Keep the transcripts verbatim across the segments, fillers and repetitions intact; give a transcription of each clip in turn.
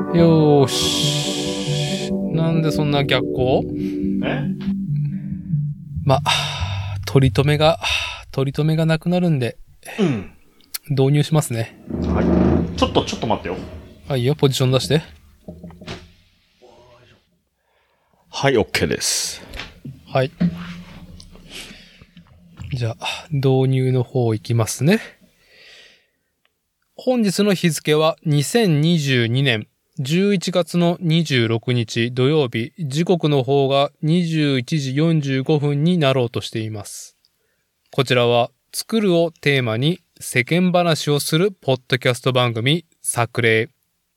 よーし。なんでそんな逆光？ えま、取り留めが、取り留めがなくなるんで、 うん。 導入しますね。 はい。ちょっと、ちょっと待ってよ。 はい、いいよ、ポジション出して。 はい、OK です。 はい。じゃあ、導入の方いきますね。本日の日付はにせんにじゅうにねんじゅういちがつのにじゅうろくにち土曜日、時刻の方がにじゅういちじよんじゅうごふんになろうとしています。こちらは、作るをテーマに世間話をするポッドキャスト番組、作例。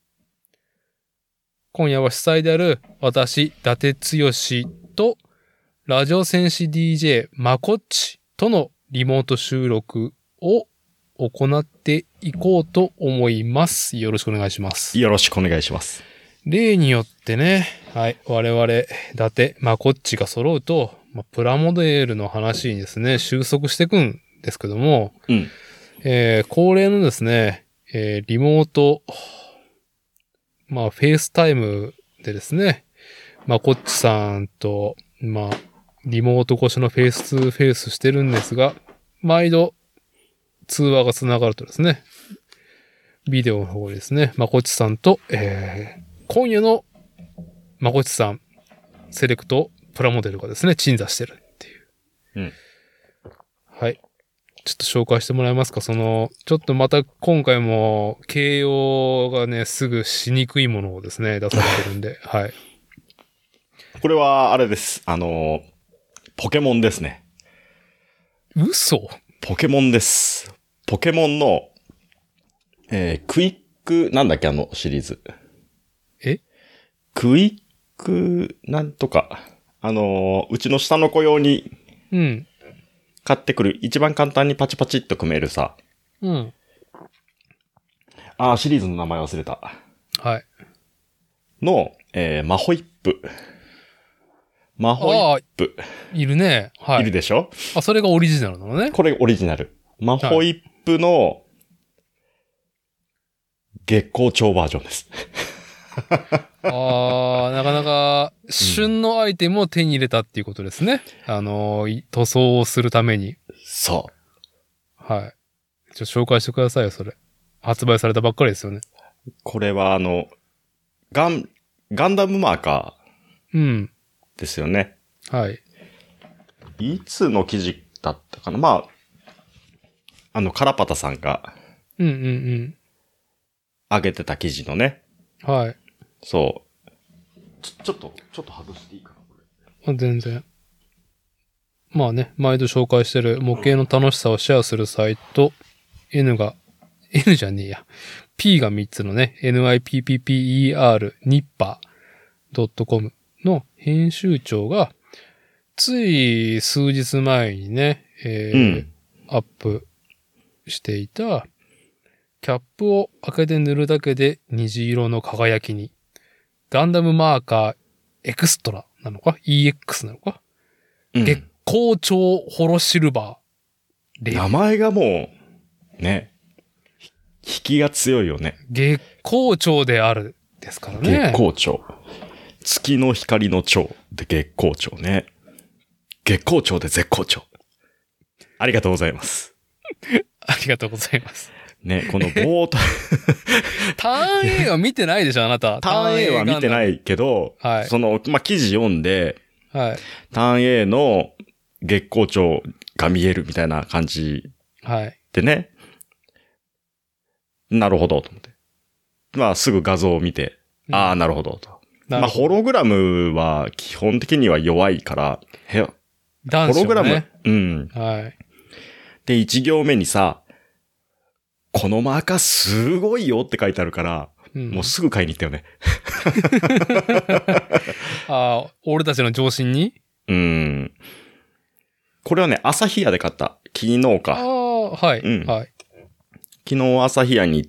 今夜は主催である私、伊達剛と、ラジオ戦士 ディージェー まこっちとのリモート収録を行っていこうと思います。よろしくお願いします。 よろしくお願いします。 例によってね、はい、我々、伊達、まこっちが揃うと、まあ、プラモデルの話にですね、収束していくんですけども、 うん。 えー、恒例のですね、えー、リモート、まあ、フェイスタイムでですね、まこっちさんと、まあ、リモート越しのフェイス2フェイスしてるんですが、毎度、通話がつながるとですね、ビデオの方にですね、まこっちさんと、えー、今夜のまこっちさん、セレクトプラモデルがですね、鎮座してるっていう。 うん。 はい。ちょっと紹介してもらえますか？その、ちょっとまた今回も形容がね、すぐしにくいものをですね、出されてるんで、はい。 これは、あれです。あの、ポケモンですね。 嘘？ ポケモンです。ポケモンの、えー、クイック、なんだっけあのシリーズ。 え？ クイック、なんとか。あの、うちの下の子用に、 うん。 買ってくる、一番簡単にパチパチっと組めるさ。 うん。 あー、シリーズの名前忘れた。 はい。 の、えー、マホイップ。マホイップ。 いるね。はい。 いるでしょ？ あ、それがオリジナルなのね。 これオリジナル。マホイップの月光町バージョンです。 あー、なかなか旬のアイテムを手に入れたっていうことですね。うん、あの、塗装をするために。 そう。 はい。ちょっと紹介してくださいよ、それ。発売されたばっかりですよね。 これはあの、ガン、ガンダムマーカー。うん。 ですよね。 はい。 いつの記事だったかな？まあ、あの、カラパタさんが、 うんうんうん。 上げてた記事のね。 はい。 そう。ちょ、ちょっと、ちょっと外していいかな、これ。全然。まあね、毎度紹介してる模型の楽しさをシェアするサイト、N が、N じゃねえや。P がみっつのね、ニッパー ニッパー .com の編集長が、つい数日前にね、えーうん、アップしていた、キャップを開けて塗るだけで虹色の輝きに、ガンダムマーカーエクストラなのか ?イーエックス なのか、うん、月光町ホロシルバー。名前がもう、ね、引きが強いよね。 月光町であるですからね。 月光町。月の光の町で月光町ね。月光町で絶好調。ありがとうございます。 ありがとうございます。 ね、このボート。 ターン A は見てないでしょ、あなた。 ターン A は見てないけど、 はい、 その、まあ、記事読んで、 はい、 ターン A の月光町が見えるみたいな感じでね、はい、なるほどと思って。まあ、すぐ画像を見て、うん、ああ、なるほどと。まあ、ホログラムは基本的には弱いから、へ男子、ね、 ホログラム、うん。 はい。 で、一行目にさ、このマーカーすごいよって書いてあるから、うん、もうすぐ買いに行ったよね。 ああ、俺たちの上心に？ うん。これはね、朝日屋で買った。昨日か。 ああ、はい。うん。はい。 昨日朝日屋に行って、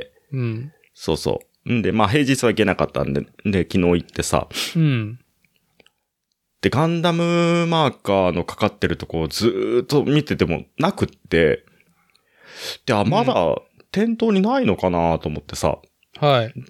うん。 そうそう。んで、まあ平日は行けなかったんで、で、昨日行ってさ。 うん。 で、ガンダムマーカーのかかってるとこをずーっと見ててもなくって、で、あ、まだ店頭にないのかなと思ってさ。 はい。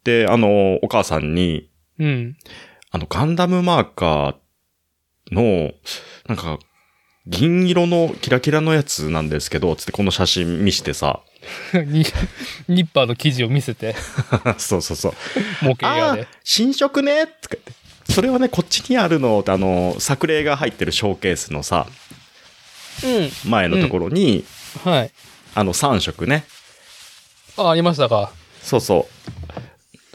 で、あの、お母さんに、 うん。 あの、ガンダムマーカーの、なんか、銀色のキラキラのやつなんですけど、つってこの写真見してさ。 ニニッパーの記事を見せて。 そうそうそう。 模型屋で。 あ、新色ねとか言って。それはね、こっちにあるの、あの、作例が入ってるショーケースのさ、 うん。 前のところに、 うん、はい。 あのさん色ね。 あ、ありましたか。 そうそう。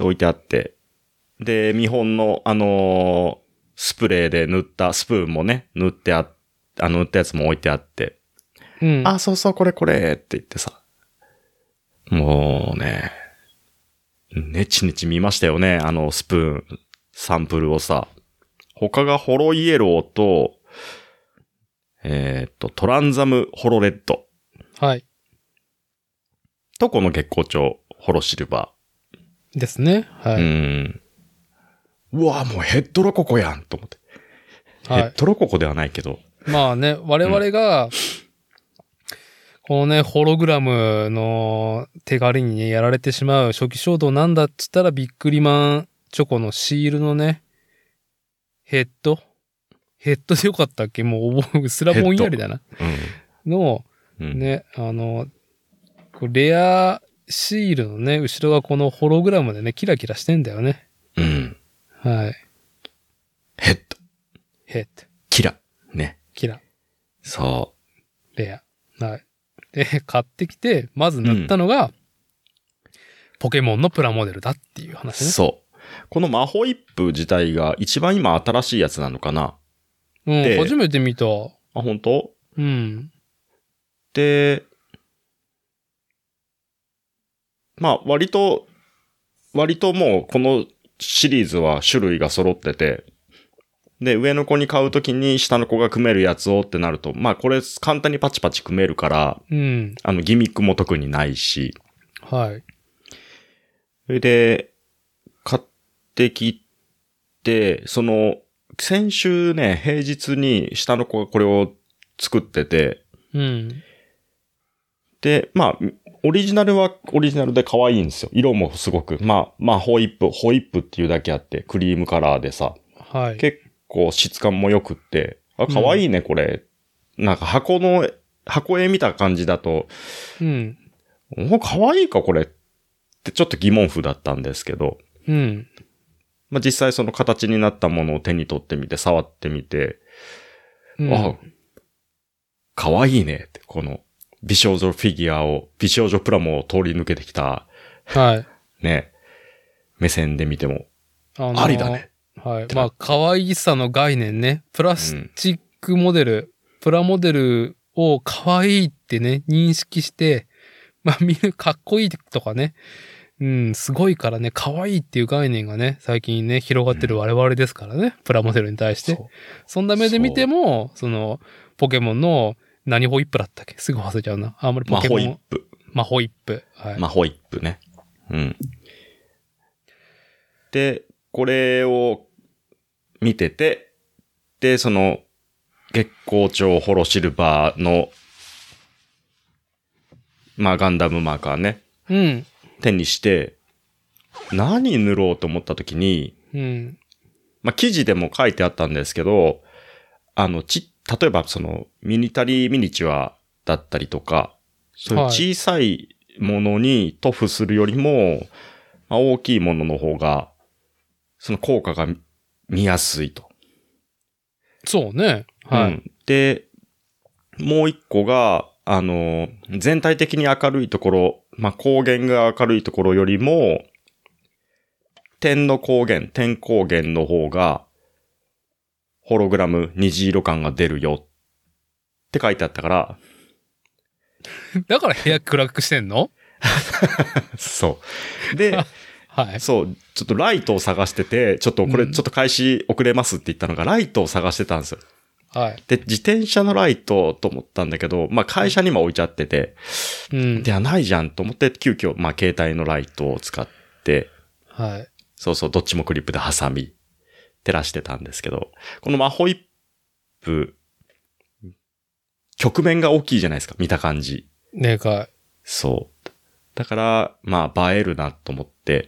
置いてあって。で、見本の、あのー、スプレーで塗ったスプーンもね、塗ってあ、あの、塗ったやつも置いてあって。 うん。 あ、そうそう、これこれって言ってさ。もうね、ねちねち見ましたよね、あのスプーン、サンプルをさ。他がホロイエローと、えっと、トランザムホロレッド。 はい。 と、この月光町ホロシルバー。ですね。はい。 うん。うわ、もうヘッドロココやんと思って。はい、ヘッドロココではないけど。 まあね、我々が、うん、このね、ホログラムの手軽にね、やられてしまう初期衝動なんだっつったらビックリマンチョコのシールのね、ヘッドヘッドでよかったっけもう、うすらぼんやりだな。うん、の、うん、ね、あの、レアシールのね、後ろがこのホログラムでね、キラキラしてんだよね。 うん。 はい。 ヘッド。 ヘッド。 キラ。ね。 キラ。 そう。 レア。はい。で、買ってきて、まず塗ったのが、うん、ポケモンのプラモデルだっていう話ね。 そう。このマホイップ自体が一番今新しいやつなのかな。 うん、初めて見た。あ、 本当？ うん。 で、まあ割と、割ともうこのシリーズは種類が揃ってて、で、上の子に買うときに下の子が組めるやつをってなると、まあこれ簡単にパチパチ組めるから、 うん、 あのギミックも特にないし。 はい。 それで、買ってきて、その、先週ね、平日に下の子がこれを作ってて、 うん。 で、まあ、オリジナルはオリジナルで可愛いんですよ。色もすごく。まあ、まあ、ホイップ、ホイップっていうだけあって、クリームカラーでさ。 はい。 結構質感も良くって、あ、可愛いね、これ。うん、なんか箱の、箱絵見た感じだと、 うん。 お、可愛いか、これ。ってちょっと疑問符だったんですけど。 うん。 まあ、実際その形になったものを手に取ってみて、触ってみて、うん、あ、可愛いねって、この美少女フィギュアを、美少女プラモを通り抜けてきた、 はい。 ね、目線で見ても、あのー、ありだね。 はい。まあ、可愛さの概念ね。プラスチックモデル、うん、プラモデルを可愛いってね、認識して、まあ、見るかっこいいとかね。うん、すごいからね、可愛いっていう概念がね、最近ね、広がってる我々ですからね、うん、プラモデルに対して。そ, そんな目で見ても、その、ポケモンの何ホイップだったっけすぐ忘れちゃうな。あんまりポケモン。マホイップ。マホイップ。はい。 マホイップね。うん。で、これを見てて、で、その、月光町ホロシルバーの、まあ、ガンダムマーカーね。 うん。 手にして、何塗ろうと思った時に、 うん。 まあ、記事でも書いてあったんですけど、あの、ち、例えばその、ミニタリーミニチュアだったりとか、そういう小さいものに塗布するよりも、まあ、大きいものの方が、その効果が見やすいと。 そうね。はい。うん、 で、もう一個が、あの、全体的に明るいところ、まあ、光源が明るいところよりも、点の光源、点光源の方が、ホログラム虹色感が出るよって書いてあったから。 だから部屋暗くしてんの？ そう。で、 はい。 そう、ちょっとライトを探してて、ちょっとこれちょっと開始遅れますって言ったのが、うん、ライトを探してたんですよ。 はい。 で、自転車のライトと思ったんだけど、まあ会社にも置いちゃってて、うん。ではないじゃんと思って、急遽、まあ携帯のライトを使って、 はい。 そうそう、どっちもクリップで挟み、照らしてたんですけど、このマホイップ、曲面が大きいじゃないですか、見た感じ。 でかい。 そう。だから、まあ映えるなと思って、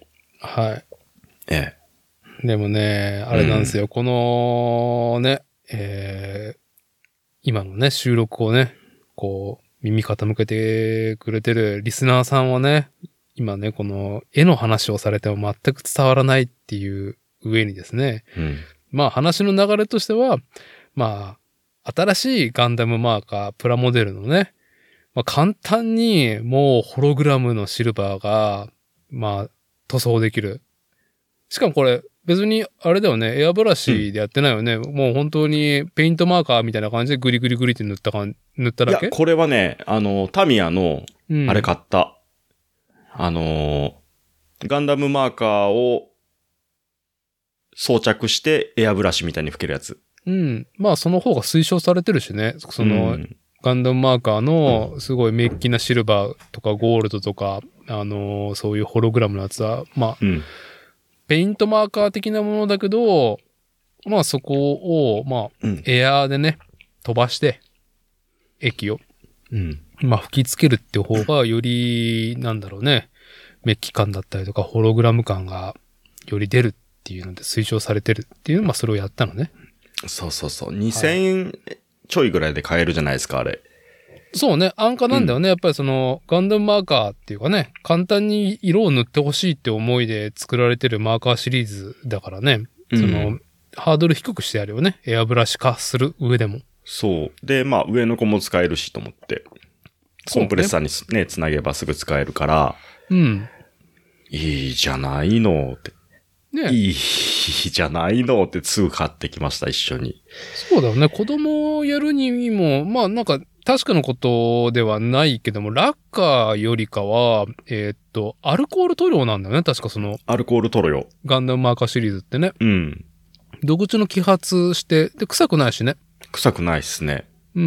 はい。 ええ。でもね、あれなんですよ。うん、このね、えー、今のね、収録をね、こう、耳傾けてくれてるリスナーさんはね、今ね、この絵の話をされても全く伝わらないっていう上にですね、 うん、 まあ話の流れとしては、まあ、新しいガンダムマーカー、プラモデルのね、まあ簡単にもうホログラムのシルバーが、まあ塗装できる。しかもこれ別にあれだよね、エアブラシでやってないよね。うん、もう本当にペイントマーカーみたいな感じでグリグリグリって塗ったかん、塗っただけ？ いや、これはね、あの、タミヤの、あれ買った。うん、あの、ガンダムマーカーを装着してエアブラシみたいに拭けるやつ。 うん。まあその方が推奨されてるしね。その、うん、ガンダムマーカーのすごいメッキなシルバーとかゴールドとか、あのー、そういうホログラムのやつは、まあ、うん、ペイントマーカー的なものだけど、まあそこを、まあ、うん、エアーでね、飛ばして、液を、うん、まあ吹きつけるっていう方がより、なんだろうね、メッキ感だったりとかホログラム感がより出るっていうので推奨されてるっていう、まあそれをやったのね。 そうそうそう。にせんえんちょいぐらいで買えるじゃないですか、あれ。 そうね。安価なんだよね。うん、やっぱりその、ガンダムマーカーっていうかね、簡単に色を塗ってほしいって思いで作られてるマーカーシリーズだからね。うん、その、ハードル低くしてやるよね。エアブラシ化する上でも。 そう。で、まあ上の子も使えるしと思って。コンプレッサーにね、つなげばすぐ使えるから。 うん。 いいじゃないのって。ね、いいじゃないのってすぐ買ってきました、一緒に。 そうだよね。子供をやるにも、まあなんか確かなことではないけども、ラッカーよりかは、えー、っと、アルコール塗料なんだよね。確かその。 アルコール塗料。 ガンダムマーカーシリーズってね。 うん。 独自の揮発して、で、臭くないしね。 臭くないっすね。 うん。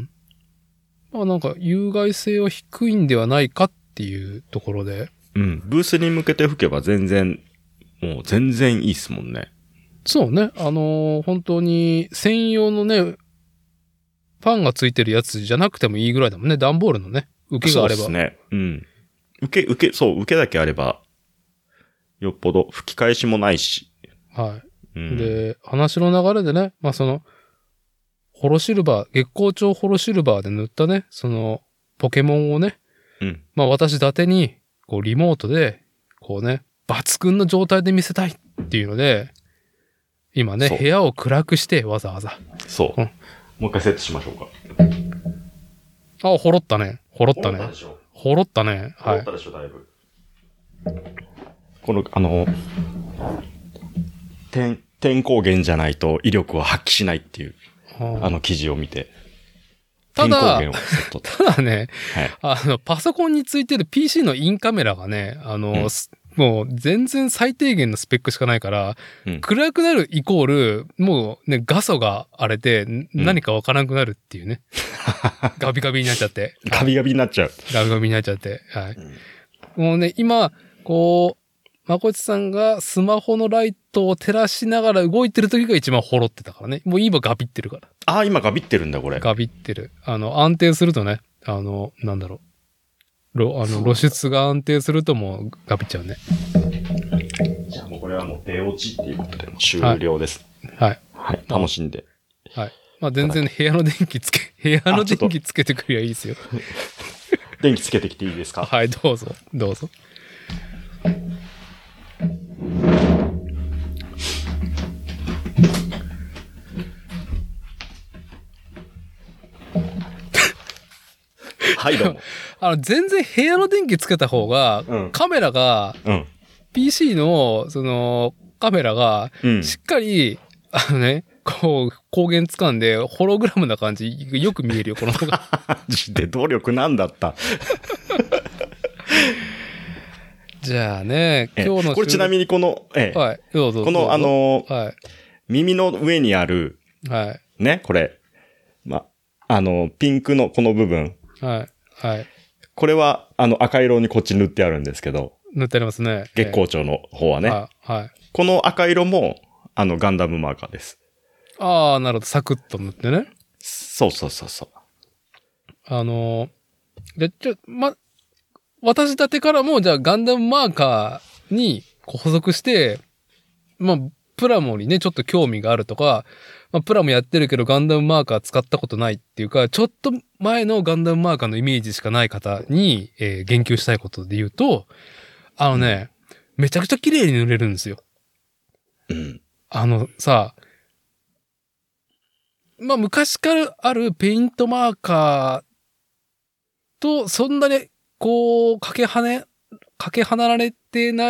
まあなんか有害性は低いんではないかっていうところで。 うん。ブースに向けて吹けば全然、もう全然いいっすもんね。 そうね。あのー、本当に専用のね、ファンがついてるやつじゃなくてもいいぐらいだもんね。段ボールのね、受けがあれば。 そうですね。うん。受け、受け、そう、受けだけあれば、よっぽど吹き返しもないし。 はい。うん、で、話の流れでね、まあその、ホロシルバー、月光町ホロシルバーで塗ったね、その、ポケモンをね、 うん、 まあ私伊達に、こうリモートで、こうね、抜群の状態で見せたいっていうので、今ね、部屋を暗くしてわざわざ。 そう。うん、もう一回セットしましょうか。 あ、ほろったね。ほろったね。ほろったね。はい。 ほろったでしょ、だいぶ。この、あの、天、天光源じゃないと威力を発揮しないっていう、あの記事を見て。 ただ、ただね、はい、あの、パソコンについてる ピーシー のインカメラがね、あの、うん、もう全然最低限のスペックしかないから、うん、暗くなるイコール、もうね、画素が荒れて、何かわからなくなるっていうね。うん、ガビガビになっちゃって。 ガビガビになっちゃう。 ガビガビになっちゃって。はい。うん、もうね、今、こう、まこちさんがスマホのライトを照らしながら動いてる時が一番ほろってたからね。もう今ガビってるから。 ああ、今ガビってるんだ、これ。 ガビってる。あの、安定するとね、あの、なんだろう。ろあの露出が安定するともうガビっちゃうね。 じゃあもうこれはもう出落ちっていうことでもう終了です。 はい。はい。 はい、楽しんで。 はい。まあ全然部屋の電気つけ、部屋の電気つけてくりゃいいですよ。 電気つけてきていいですか？ はい、どうぞ。どうぞ。 はいどうも。 あの、全然部屋の電気つけた方が、うん、カメラが、うん、ピーシー の、その、カメラが、しっかり、うん、あのね、こう、光源掴んで、ホログラムな感じ、よく見えるよ、この方が。 マジで動力なんだった。 じゃあね、今日のこれちなみにこの、ええ、 はい、どうぞ。 この、あの、 はい、 耳の上にある、 はい、 ね、これ、ま、あの、ピンクのこの部分。 はい、はい。 これは、あの、赤色にこっち塗ってあるんですけど。 塗ってありますね。 月光町の方はね。 はい、はい。 この赤色も、あの、ガンダムマーカーです。 ああ、なるほど。サクッと塗ってね。 そうそうそうそう。 あの、で、ちょ、ま、私立てからも、じゃあガンダムマーカーにこう補足して、まあ、プラモにね、ちょっと興味があるとか、まあ、プラモやってるけどガンダムマーカー使ったことないっていうか、ちょっと前のガンダムマーカーのイメージしかない方に、えー、言及したいことで言うと、あのね、うん、めちゃくちゃ綺麗に塗れるんですよ。 うん。あのさ、まあ、昔からあるペイントマーカーと、そんなに、こう、かけはね、かけ離られてない、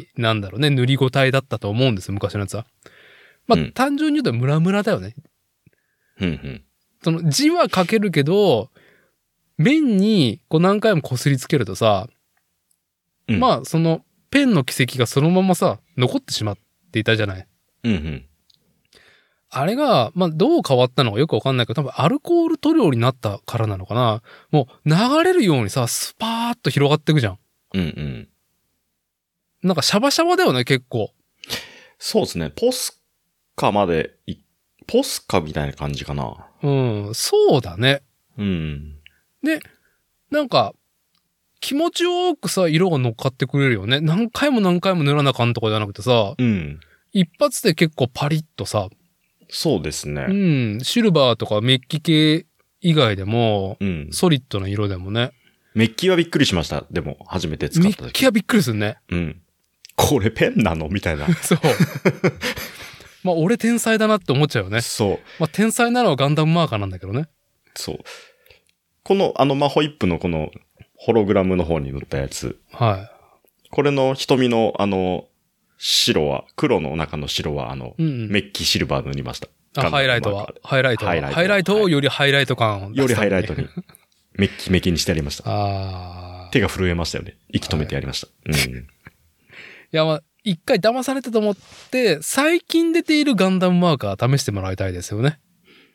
なんだろうね、塗りごたえだったと思うんですよ、昔のやつは。まあ、うん、単純に言うとムラムラだよね。 うんうん。 その字は書けるけど、面にこう何回も擦りつけるとさ、うん、まあそのペンの軌跡がそのままさ、残ってしまっていたじゃない。 うんうん。 あれが、まあどう変わったのかよくわかんないけど、多分アルコール塗料になったからなのかな。もう流れるようにさ、スパーッと広がっていくじゃん。 うんうん。 なんかシャバシャバだよね、結構。 そうですね。ポスカまで、ポスカみたいな感じかな。 うん、そうだね。 うん。 で、なんか、気持ちよくさ、色が乗っかってくれるよね。何回も何回も塗らなあかんとかじゃなくてさ、 うん。 一発で結構パリッとさ、 そうですね。 うん、シルバーとかメッキ系以外でも、 うん、 ソリッドな色でもね。 メッキはびっくりしました。でも、初めて使った時。 メッキはびっくりするね。 うん。これペンなのみたいな。 そう。まあ、俺天才だなって思っちゃうよね。 そう。 まあ、天才なのはガンダムマーカーなんだけどね。 そう。この、あの、マホイップのこの、ホログラムの方に塗ったやつ。 はい。 これの瞳の、あの、白は、黒の中の白は、あの、 うんうん、 メッキシルバー塗りました。 あ、ハイライトは。ハイライトは。ハイライト。ハイライトをよりハイライト感を出す、 よりハイライトに。メッキメキにしてやりました。 ああ。 手が震えましたよね。息止めてやりました。はい、うん。いや、まあ、一回騙されたと思って、最近出ているガンダムマーカー試してもらいたいですよね。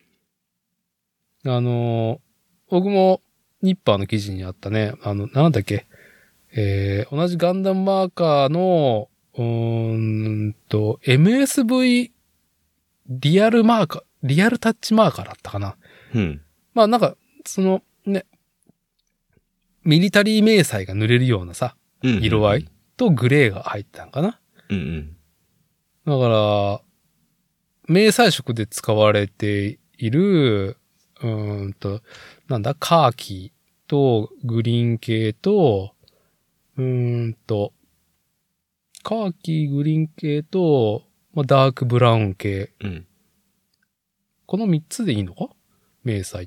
あのー、僕もニッパーの記事にあったね、あの、なんだっけ、えー、同じガンダムマーカーの、うーんと、エムエスブイ リアルマーカー、リアルタッチマーカーだったかな。 うん。 まあなんか、そのね、ミリタリー迷彩が塗れるようなさ、 うんうんうん、 色合いとグレーが入ったんかな。 うんうん。 だから、迷彩色で使われている、うーんと、なんだ、カーキとグリーン系と、うーんと、カーキー、グリーン系と、まあ、ダークブラウン系。 うん。 この三つでいいのか？迷彩って。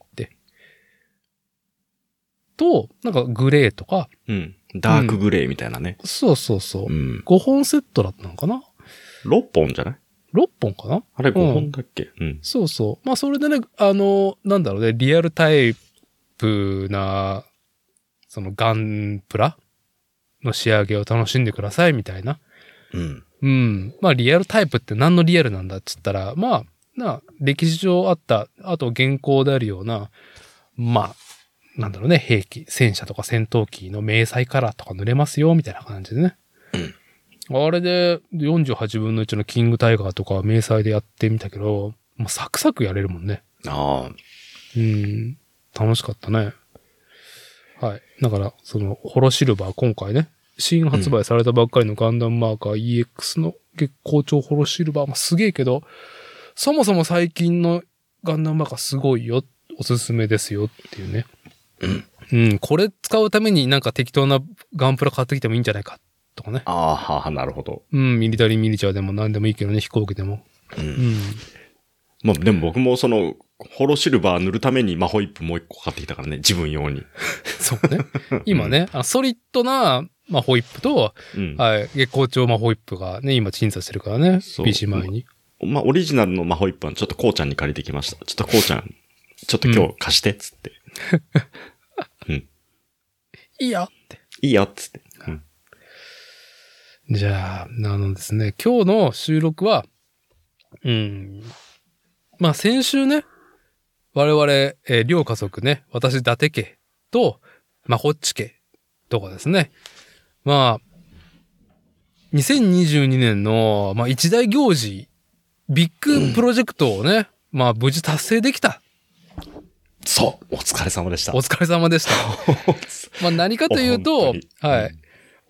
と、なんかグレーとか。 うん。ダークグレーみたいなね。 うん、そうそうそう。 うん、 ごほんセットだったのかな？ ろっ 本じゃない？ ろっ 本かな？ あれごほんだっけ、うん、うん。 そうそう。まあそれでね、あの、なんだろうね、リアルタイプな、そのガンプラの仕上げを楽しんでくださいみたいな。 うん。 うん。まあリアルタイプって何のリアルなんだっつったら、まあ、な、歴史上あった、あと現行であるような、まあ、なんだろうね、兵器、戦車とか戦闘機の迷彩カラーとか塗れますよ、みたいな感じでね。 うん、 あれでよんじゅうはちぶんのいちのキングタイガーとか迷彩でやってみたけど、もうサクサクやれるもんね。 ああ。 うん。楽しかったね。はい。だから、その、ホロシルバー今回ね、新発売されたばっかりのガンダムマーカー イーエックス の月光町ホロシルバーもすげえけど、そもそも最近のガンダムマーカーすごいよ、おすすめですよっていうね。 うん。 うん、これ使うためになんか適当なガンプラ買ってきてもいいんじゃないかとかね。 ああ、はあ、なるほど。 うん、ミリタリーミニチュアでも何でもいいけどね、飛行機でも。 うん。うん、まあでも僕もその、ホロシルバー塗るためにマホイップもう一個買ってきたからね、自分用に。 そうね。今ね、うん、あソリッドなマホイップと、うん、はい、月光町マホイップがね、今審査してるからね、ピーシー 前に。 まあ、オリジナルのマホイップはちょっとこうちゃんに借りてきました。ちょっとこうちゃん、ちょっと今日貸して、つって。うん。 いいよって。 いいよ、つって。うん。 じゃあ、あのですね、今日の収録は、うん。まあ先週ね、我々、えー、両家族ね、私、伊達家と、まあ、こっち家とかですね。まあ、にせんにじゅうにねんの、まあ、一大行事、ビッグプロジェクトをね、うん、まあ、無事達成できた。 そう、お疲れ様でした。 お疲れ様でした。まあ、何かというと、はい。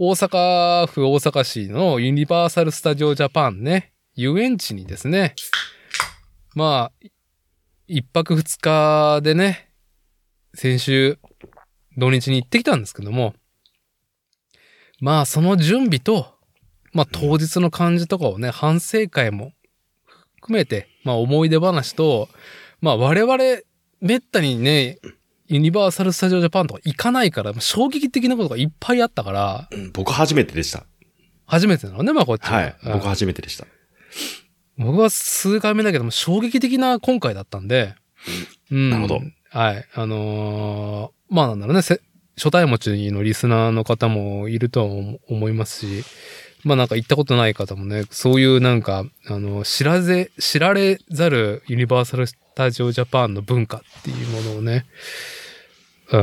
大阪府大阪市のユニバーサル・スタジオ・ジャパンね、遊園地にですね、まあ、一泊二日でね、先週土日に行ってきたんですけども、まあその準備と、まあ当日の感じとかをね、反省会も含めて、まあ思い出話と、まあ我々めったにね、ユニバーサル・スタジオ・ジャパンとか行かないから、衝撃的なことがいっぱいあったから。 うん、僕初めてでした。 初めてなのね、まあこっちは。 はい。僕初めてでした。 僕は数回目だけども、衝撃的な今回だったんで。 うん。なるほど。 はい。あのー、まあなんだろうね、初対持ちのリスナーの方もいるとは思いますし、まあなんか行ったことない方もね、そういうなんか、あの、知らぜ、知られざるユニバーサル・スタジオ・ジャパンの文化っていうものをね、うん、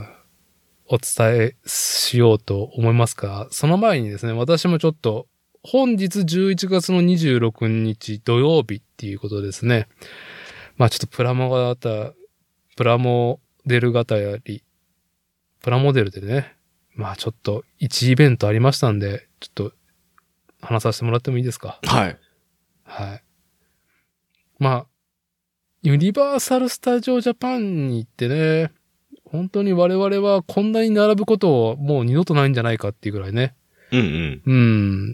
お伝えしようと思いますが、その前にですね、私もちょっと、本日じゅういちがつのにじゅうろくにち土曜日っていうことですね。まあちょっとプラモ型、プラモデル型やり、プラモデルでね、まあちょっと一イベントありましたんで、ちょっと話させてもらってもいいですか？ はい。 はい。まあ、ユニバーサル・スタジオ・ジャパンに行ってね、本当に我々はこんなに並ぶことをもう二度とないんじゃないかっていうぐらいね。 うんうん。 うん。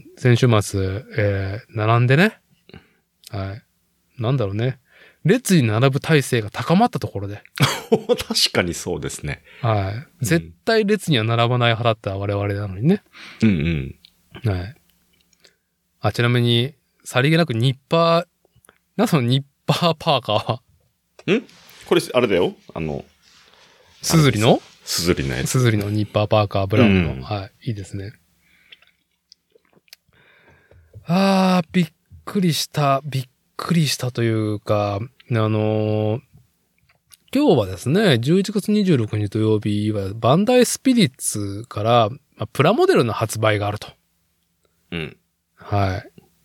先週末、えー、並んでね。はい。なんだろうね。列に並ぶ体制が高まったところで。 確かにそうですね。 はい。絶対列には並ばない派だった我々なのにね。 うんうん。はい。あ、ちなみに、さりげなくニッパー、なんそのニッパーパーカーはんこれ、あれだよ。あの、 すずりのすずりのやつ。 すずりのニッパーパーカーブラウンの。 うん、 はい。いいですね。あー、びっくりした。びっくりしたというか、あのー、今日はですね、じゅういちがつにじゅうろくにち土曜日はバンダイスピリッツから、まあ、プラモデルの発売があると。 うん。 はい。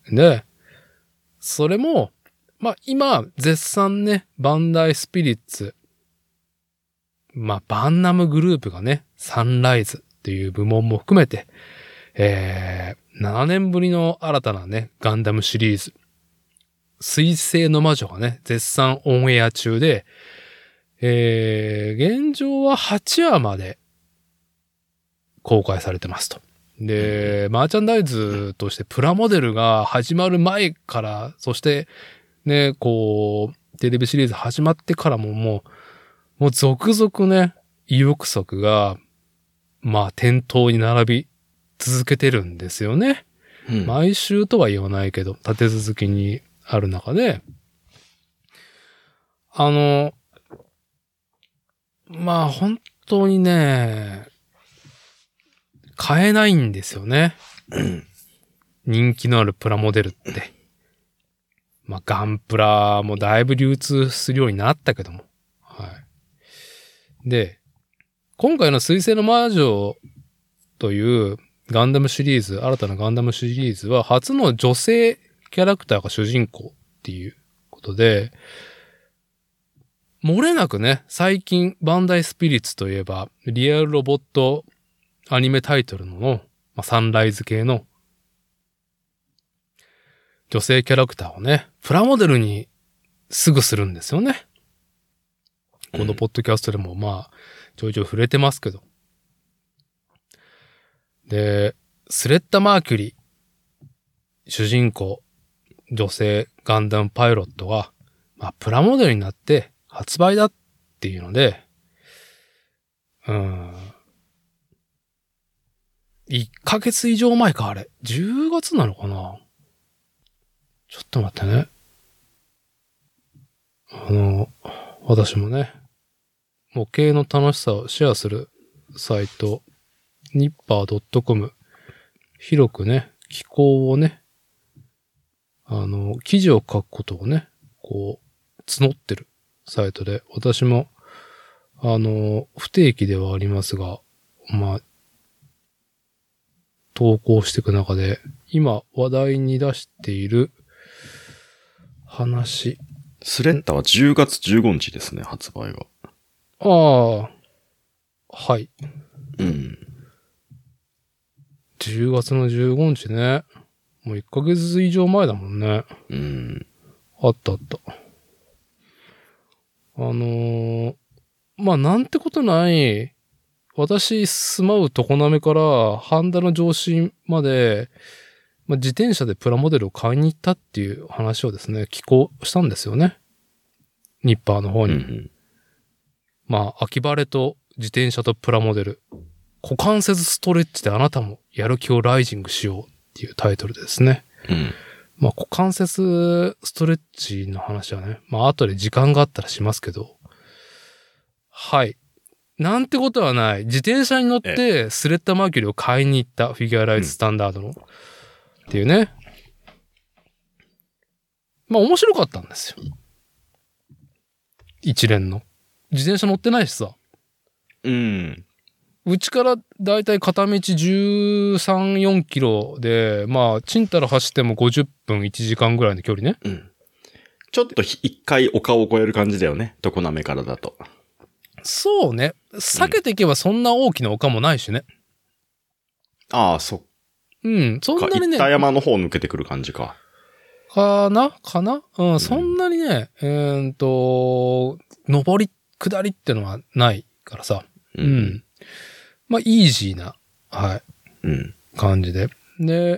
で、それも、まあ今、絶賛ね、バンダイスピリッツ、まあバンナムグループがね、サンライズっていう部門も含めて、えー、ななねんぶりの新たなね、ガンダムシリーズ、水星の魔女がね、絶賛オンエア中で、えー、現状ははちわまで公開されてますと。で、マーチャンダイズとしてプラモデルが始まる前から、そしてね、こう、テレビシリーズ始まってからももう、もう続々ね、意欲作が、まあ店頭に並び続けてるんですよね。 うん、 毎週とは言わないけど、立て続けにある中で、あの、まあ本当にね、買えないんですよね。人気のあるプラモデルって。まあガンプラもだいぶ流通するようになったけども。はい。で、今回の水星の魔女というガンダムシリーズ、新たなガンダムシリーズは初の女性キャラクターが主人公っていうことで、漏れなくね、最近バンダイスピリッツといえば、リアルロボットアニメタイトルの、まあ、サンライズ系の女性キャラクターをね、プラモデルにすぐするんですよね。このポッドキャストでもまあ、ちょいちょい触れてますけど。で、スレッタ・マーキュリー、主人公、女性ガンダムパイロットが、まあ、プラモデルになって発売だっていうので、うーん。いっかげつ以上前か、あれ。じゅうがつなのかな？ちょっと待ってね。あの、私もね、模型の楽しさをシェアするサイト、ニッパードットコム、広くね、寄稿をね、あの、記事を書くことをね、こう、募ってるサイトで、私も、あの、不定期ではありますが、まあ、投稿していく中で、今話題に出している話。 スレッタはじゅうがつじゅうごにちですね、発売が。 ああ、はい。 うん。 じゅうがつのじゅうごにちね。もういっかげつ以上前だもんね。 うん。 あったあった。あのー、まあ、なんてことない、私住まう常滑から半田の上信まで、まあ、自転車でプラモデルを買いに行ったっていう話をですね、寄稿したんですよね。ニッパーの方に。 うんうん、 まあ、秋晴れと自転車とプラモデル。股関節ストレッチであなたもやる気をライジングしようっていうタイトルでですね。 うん、 まあ、股関節ストレッチの話はね、まあ、後で時間があったらしますけど。はい。なんてことはない。自転車に乗ってスレッダーマーキュリーを買いに行ったフィギュアライズスタンダードの。うん、っていうね。まあ面白かったんですよ。一連の。自転車乗ってないしさ。 うん。 うちからだいたい片道じゅうさん、よんキロで、まあ、ちんたら走ってもごじゅっぷんいちじかんぐらいの距離ね。 うん。ちょっと一回丘を越える感じだよね。常滑からだと。 そうね。避けていけばそんな大きな丘もないしね。 うん、ああ、そっか。 うん。そんなにね。 北山の方抜けてくる感じか。 かなかなうん、うん、そんなにね、えーっと、上り、下りってのはないからさ。うん。うん、まあ、イージーな、はい。 うん。 感じで。で、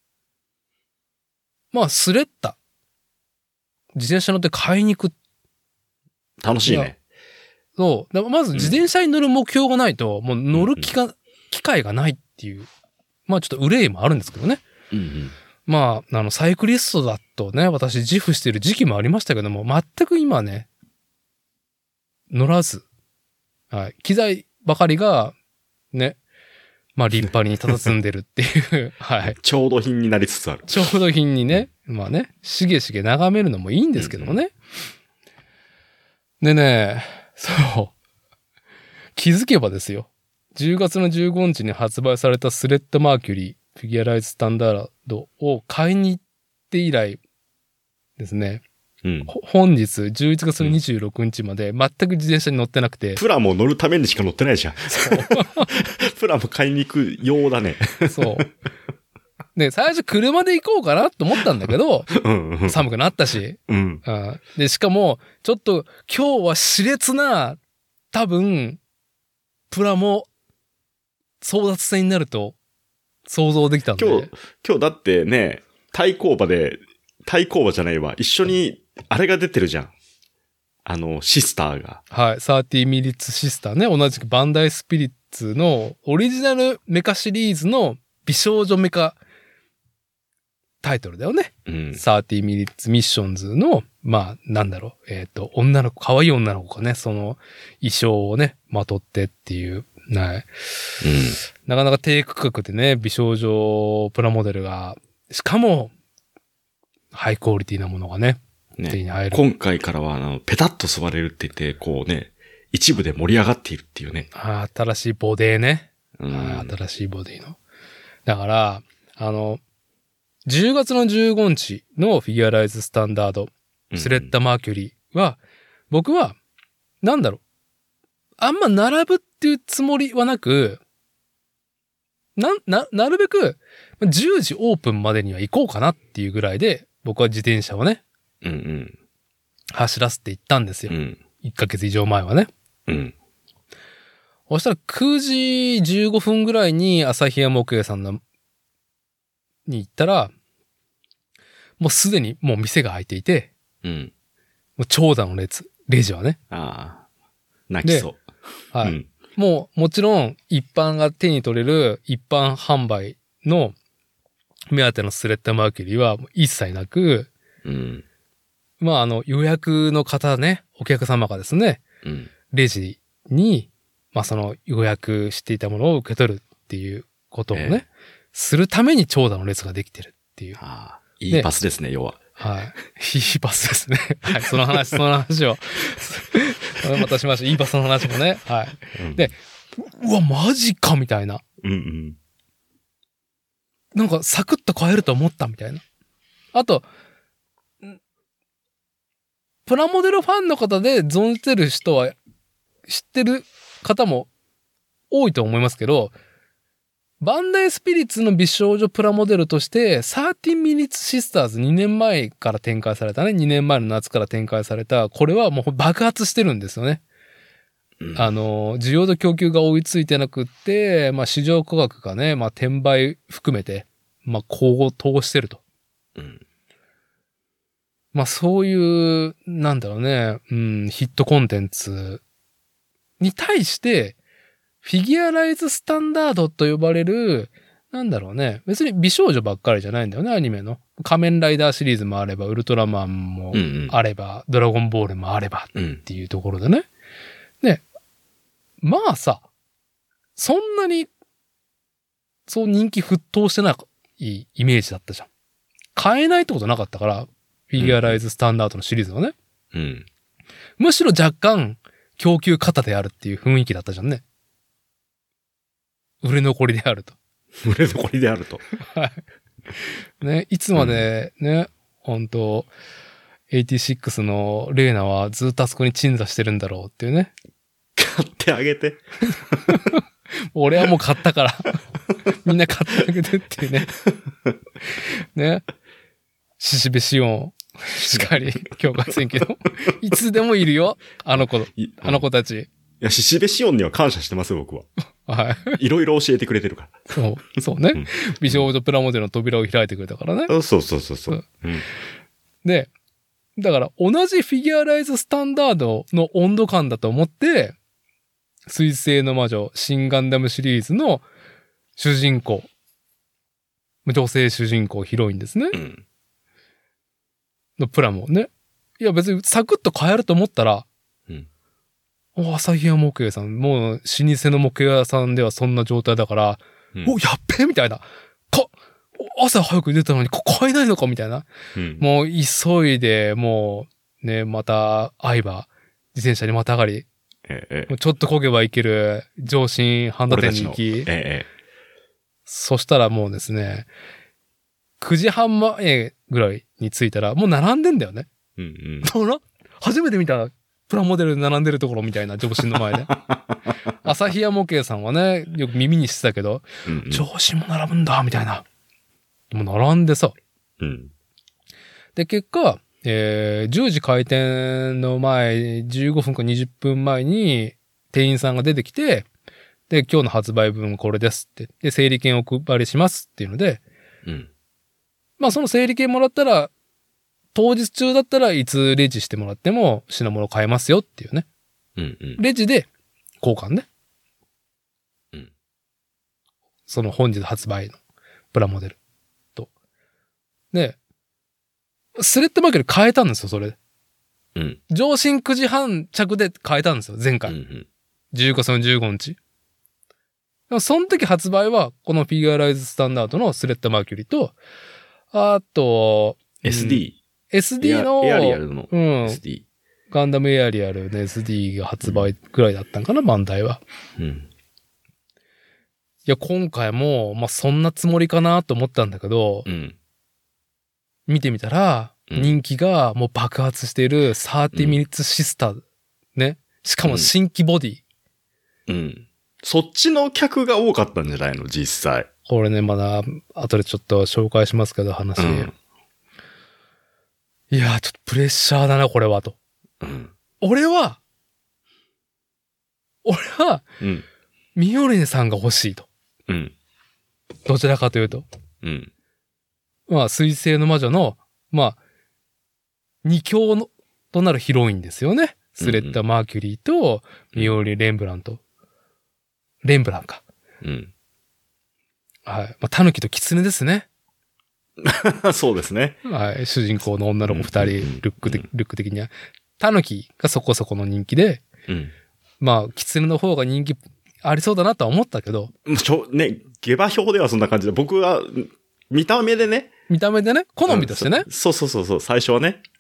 まあ、スレッタ。自転車乗って買いに行く。 楽しいね。 そう。まず自転車に乗る目標がないと、もう乗る機会、うんうん、機会がないっていう。まあちょっと憂いもあるんですけどね。 うんうん、 まあ、あの、サイクリストだとね、私自負してる時期もありましたけども、全く今ね、乗らず、はい。機材ばかりが、ね、まあ立派に佇んでるっていう、はい。 ちょうど品になりつつある。 ちょうど品にね、まあね、しげしげ眺めるのもいいんですけどもね。うんうん、でね、そう。気づけばですよ。じゅうがつのじゅうごにちに発売されたスレッドマーキュリーフィギュアライズスタンダードを買いに行って以来ですね。うん、本日じゅういちがつのにじゅうろくにちまで全く自転車に乗ってなくて。 プラモ乗るためにしか乗ってないじゃん。そう。プラモ買いに行くようだね。 そう。で、最初車で行こうかなと思ったんだけど、うんうん、寒くなったし、うん、で、しかも、ちょっと今日は熾烈な、多分、プラモ争奪戦になると想像できたんで。 今日、今日だってね、対抗馬で、対抗馬じゃないわ。一緒に、あれが出てるじゃん。あの、シスターが。 はい。さんじゅうミニッツシスターね。同じくバンダイスピリッツのオリジナルメカシリーズの美少女メカタイトルだよね。うん。さんじゅうミニッツミッションズの、まあ、なんだろう。えっと、女の子、可愛い女の子がね、その衣装をね、まとってっていう。はい。うん。なかなか低価格でね、美少女プラモデルが、しかも、ハイクオリティなものがね、 ね、手に入る。今回からは、あの、ペタッと座れるって言って、こうね、一部で盛り上がっているっていうね。 ああ、新しいボディね。うん、新しいボディの。だから、あの、じゅうがつのじゅうごにちのフィギュアライズスタンダード、スレッダーマーキュリーは、うん、僕は、なんだろう。あんま並ぶっていうつもりはなく、な、な、なるべく、じゅうじオープンまでには行こうかなっていうぐらいで、僕は自転車をね、 うんうん、 走らせて行ったんですよ。 うん、 いっかげつ以上前はね。 うん。 そしたらくじじゅうごふんぐらいに旭山木屋さんのに行ったら、もうすでにもう店が開いていて、 うん、 もう長蛇の列、レジはね。 ああ、泣きそう。 はい、うん。もうもちろん一般が手に取れる一般販売の目当てのスレッダーマーキュリーは一切なく、 うん、 まああの予約の方ね、お客様がですね、 うん、 レジに、まあその予約していたものを受け取るっていうことをね、えー、するために長蛇の列ができてるっていう。 ああ、いいパスですね、要は。 はい。いいパスですね。はい。その話、その話を。またしました。いいパスの話もね。はい。うん、で、うわ、マジかみたいな。 うんうん。 なんか、サクッと買えると思ったみたいな。あと、プラモデルファンの方で存じてる人は、知ってる方も多いと思いますけど、 バンダイスピリッツの美少女プラモデルとして、サーティー Minutes Sisters にねんまえから展開されたね。にねんまえの夏から展開された。これはもう爆発してるんですよね。うん、あの、需要と供給が追いついてなくって、まあ市場価格がね、まあ転売含めて、まあ高騰してると。うん、まあそういう、なんだろうね、うん、ヒットコンテンツに対して、フィギュアライズスタンダードと呼ばれる、なんだろうね。別に美少女ばっかりじゃないんだよね、アニメの。仮面ライダーシリーズもあれば、ウルトラマンもあれば、うんうん、ドラゴンボールもあればっていうところでね。うん、で、まあさ、そんなに、そう人気沸騰してないイメージだったじゃん。買えないってことなかったから、フィギュアライズスタンダードのシリーズはね。うん、むしろ若干、供給過多であるっていう雰囲気だったじゃんね。売れ残りであると。 売れ残りであると。 はい。ね、いつまでね、うん、本当エイティシックスのレーナはずっとあそこに鎮座してるんだろうっていうね。 買ってあげて。 俺はもう買ったから。みんな買ってあげてっていうね。ね。ししべしおん。しかり、境界線けど。いつでもいるよ。あの子、あの子たち。 いや、ししべしおんには感謝してますよ、僕は。 はい。 いろいろ教えてくれてるから。 そう、そうね。うん、美少女プラモデルの扉を開いてくれたからね。 そうそうそうそう。うん、 で、だから同じフィギュアライズスタンダードの温度感だと思って、水星の魔女、新ガンダムシリーズの主人公。女性主人公ヒロインですね。うん、のプラモね。いや別にサクッと買えると思ったら、お、朝日屋模型さん、もう、老舗の模型屋さんではそんな状態だから、うん、お、やっべえみたいな。か、朝早く出たのに、買えないのかみたいな。うん、もう、急いで、もう、ね、また、相葉、自転車にまたがり、ええ、もうちょっと漕げばいける、上新ハンダ店に行き、ええ、そしたらもうですね、くじはん前ぐらいに着いたら、もう並んでんだよね。うんうん、初めて見た。プラモデルで並んでるところみたいな、上新の前で。朝日屋模型さんはね、よく耳にしてたけど、うんうん、上新も並ぶんだ、みたいな。もう並んでさ。うん、で、結果、えー、じゅうじ開店の前、じゅうごふんかにじゅっぷんまえに、店員さんが出てきて、で、今日の発売分これですって。で、整理券をお配りしますっていうので、うん、まあ、その整理券もらったら、当日中だったらいつレジしてもらっても品物買えますよっていうね。うんうん、レジで交換ね。うん、その本日発売のプラモデルと。で、スレッドマーケル変えたんですよ、それ。うん、上新くじはん着で変えたんですよ、前回。うんうん、じゅうごがつのじゅうごにち。その時発売は、このフィギュアライズスタンダードのスレッドマーキュリーと、あと、 エスディー。 エスディー の、 エアリアルの エスディー、 うん。ガンダムエアリアルの エスディー が発売ぐらいだったんかな、バンダイは。うん。いや、今回も、まあ、そんなつもりかなと思ったんだけど、うん、見てみたら、人気がもう爆発しているさんじゅうミニッツシスター、ね。しかも新規ボディ、 うん。うん。そっちの客が多かったんじゃないの、実際。 これね、まだ、後でちょっと紹介しますけど、話。うんいやー、ちょっとプレッシャーだな、これは、と。うん、俺は、俺は、うん、ミオリネさんが欲しいと。うん、どちらかというと。うん、まあ、水星の魔女の、まあ、二強の、となるヒロインですよね。スレッタ・マーキュリーと、ミオリ・レンブラント。レンブランか。うん、はい。まあ、タヌキとキツネですね。 そうですね。 はい。主人公の女の子二人、ルック的、ルック的には。タヌキがそこそこの人気で、うん、まあ、キツネの方が人気ありそうだなとは思ったけど。 ちょ、ね、下馬評ではそんな感じで、僕は、見た目でね。 見た目でね、好みとしてね。 うん、そ, そうそうそう、最初はね。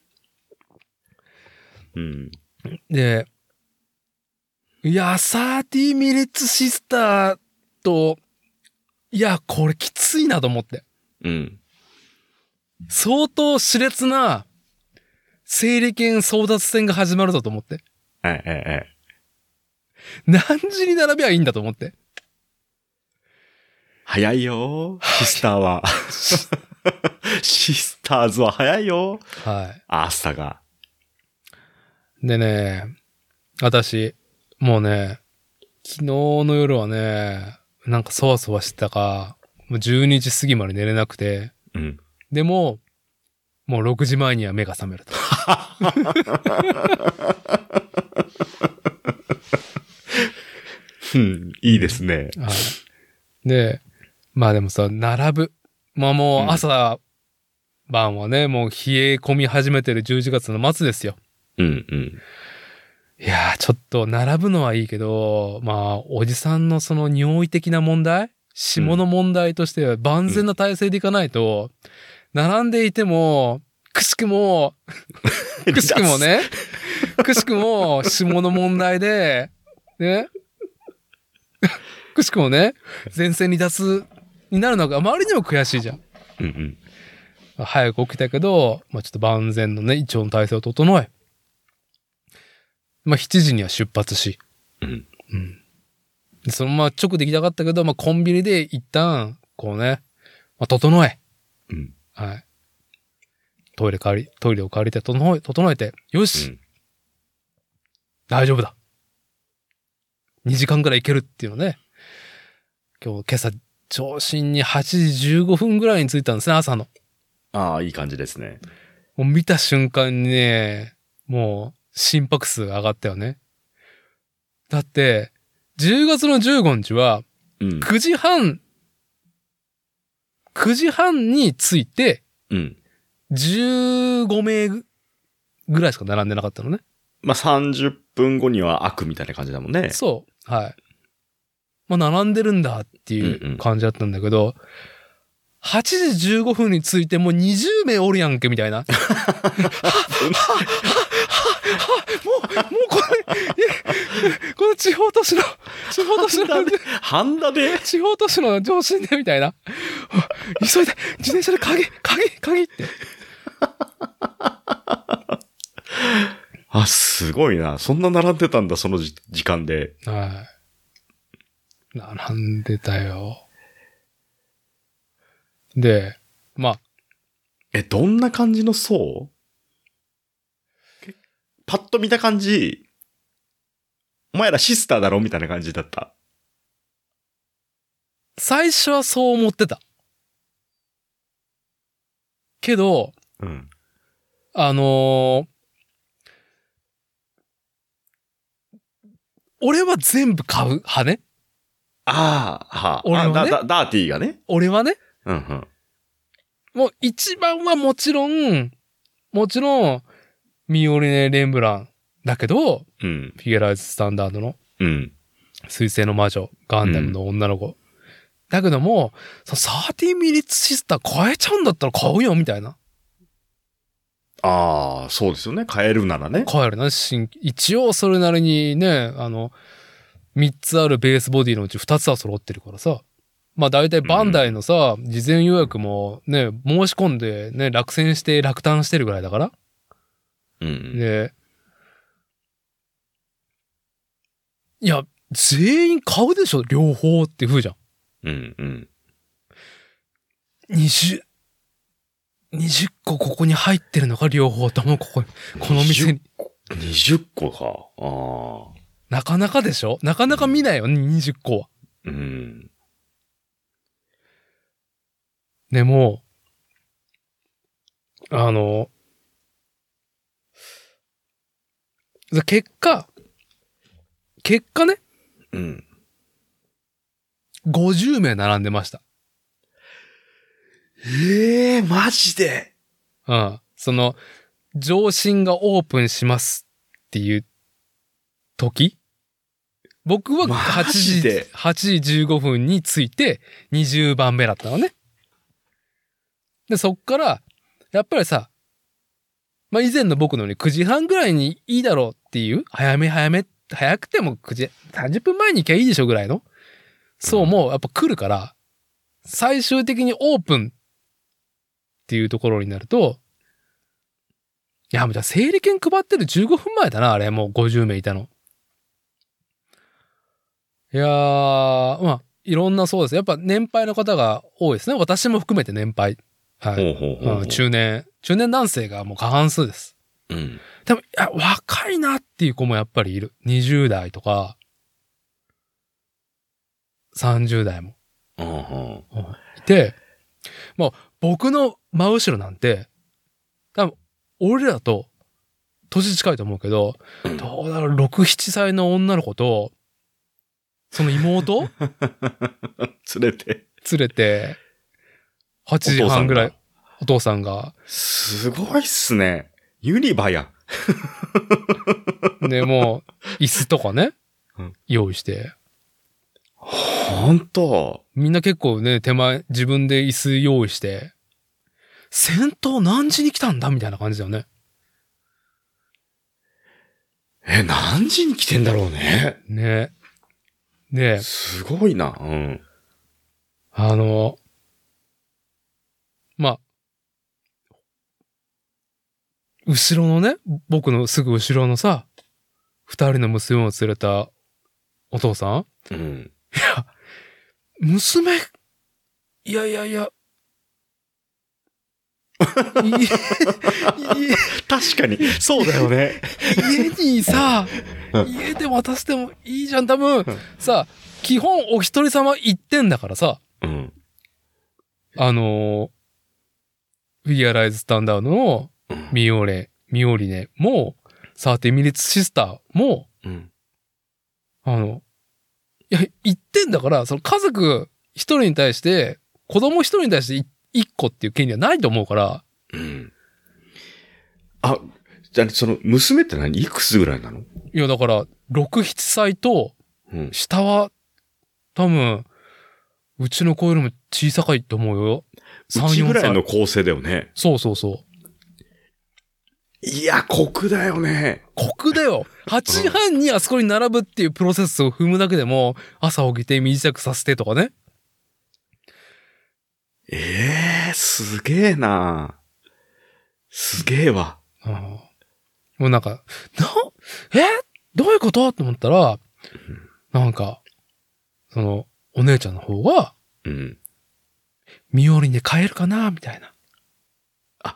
うん。 で、いや、サーティーミニッツシスターと、いや、これきついなと思って。うん。相当熾烈な整理券争奪戦が始まるぞと思って。 はいはいはい。 何時に並べばいいんだと思って。 早いよ、シスターは。シスターズは早いよ。 はい。 朝が。 でね、私、もうね、昨日の夜はね、なんかそわそわしてたか、もうじゅうにじ過ぎまで寝れなくて、 うん。 でも、もうろくじまえには目が覚めると。 うん、いいですね。 はい。で、まあでもさ、並ぶ。まあもう朝晩はね、もう冷え込み始めてるじゅういちがつの末ですよ。 うんうん。 いやー、ちょっと並ぶのはいいけど、まあ、おじさんのその尿意的な問題霜の問題としては万全な体制でいかないと、並んでいても、くしくも、くしくもね、くしくも霜の問題で、ね、くしくもね、前線離脱になるのがあまりにも悔しいじゃん。 うんうん。 早く起きたけど、まあちょっと万全のね、胃腸の体制を整え、まあしちじには出発し、 うん。 うん。でそのまま直で行きたかったけど、まあコンビニで一旦、こうね、まあ整え。 うん。 はい。トイレ借り、トイレを借りて整え、整えて、よし、うん、大丈夫だ。にじかんくらい行けるっていうのね。今日、今朝、上心にはちじじゅうごふんぐらいに着いたんですね、朝の。 ああ、いい感じですね。 もう見た瞬間にね、もう心拍数が上がったよね。だって、じゅうがつのじゅうごにちは、くじはん、うん、くじはんに着いて、うん、じゅうごめいぐらいしか並んでなかったのね。 まあ、さんじゅっぷんごには開くみたいな感じだもんね。 そう。はい。まあ、並んでるんだっていう感じだったんだけど、うんうん、はちじじゅうごふんに着いてもうにじゅうめいおるやんけみたいな。ははははもう、もうこれ、この地方都市の、地方都市の、 ハンダで地方都市の上心でみたいな。急いで、自転車で鍵、鍵、鍵って。 あ、すごいな。そんな並んでたんだ、その時間で。 はい。並んでたよ。で、まあ。 え、どんな感じの層？パッと見た感じ、お前らシスターだろみたいな感じだった。 最初はそう思ってた。けど、うん、あのー、俺は全部買う派ね。 ああ、はあ。 俺はね。 ダ, ダーティーがね。 俺はね。 うんうん。 もう一番はもちろん、もちろん、ミオリネ・レンブランだけど、うん、フィギュアライズスタンダードの、うん、水星の魔女、ガンダムの女の子。うん、だけども、そのサーティーミニッツシスター買えちゃうんだったら買うよ、みたいな。 ああ、そうですよね。買えるならね。 買えるな。一応それなりにね、あの、三つあるベースボディのうち二つは揃ってるからさ。まあ大体バンダイのさ、うん、事前予約もね、申し込んでね、落選して落胆してるぐらいだから。うん。で、いや、全員買うでしょ、両方って風じゃん。うんうん。二十、二十個ここに入ってるのか、両方ともここ、この店に。 二十個か。ああ。 なかなかでしょ？なかなか見ないよね、二十個は。うん。でも、あの、結果、結果ね。うん。ごじゅうめい並んでました。 ええー、マジで？ うん。その、上心がオープンしますっていう時？僕ははちじ、はちじじゅうごふんに着いてにじゅうばんめだったのね。で、そっから、やっぱりさ、まあ、以前の僕のようにくじはんぐらいにいいだろうっていう、早め早め、早くてもくじ、さんじゅっぷんまえに行きゃいいでしょぐらいの。そう、もうやっぱ来るから、最終的にオープンっていうところになると、いや、もうじゃあ整理券配ってるじゅうごふんまえだな、あれ、もうごじゅうめいいたの。いやー、まあ、 いろんなそうです。やっぱ年配の方が多いですね。私も含めて年配。はい。 ほうほうほうほううん、中年、中年男性がもう過半数です。 うん。 でも、いや、若いなっていう子もやっぱりいる。にじゅう代とか、さんじゅう代も。 うんうん。 いて、まあ、僕の真後ろなんて、多分、俺らと、年近いと思うけど、どうだろう、ろく、ななさいの女の子と、その妹連れて。 連れて、はちじはんぐらい、お父さんが。 すごいっすね。ユニバやん。で、もう、椅子とかね、 うん、 用意して。 ほんと。 みんな結構ね、手前、自分で椅子用意して、戦闘何時に来たんだみたいな感じだよね。 え、何時に来てんだろうね。 ね。ね。 すごいな。うん。 あの、まあ、後ろのね、僕のすぐ後ろのさ、二人の娘を連れたお父さん、 うん。 いや、娘、いやいやいや、い確かに、そうだよね。 家にさ、家で渡してもいいじゃん。多分、さ、基本お一人様一点だからさ、 うん、 あの、フィギュアライズスタンダードのミオレ、ミオリネも、サーティミリッツシスターも、 うん、 あの、いや、一点だから、その家族一人に対して、子供一人に対して一個っていう権利はないと思うから。 うん。あ、じゃあ、その、娘って何いくつぐらいなの？ いや、だから、ろく、ななさいと、下は、多分、うちの子よりも小さいと思うよ。 さん、うちぐらいの構成だよね。 そうそうそう。 いや、酷だよね。 酷だよ。はちじはんにあそこに並ぶっていうプロセスを踏むだけでも、朝起きて短くさせてとかね。 ええー、すげえな。すげえわ。 うん、もうなんか、な、えどういうことって思ったら、なんか、その、お姉ちゃんの方が、 うん。 ミオリネ買えるかなみたいな。 あ、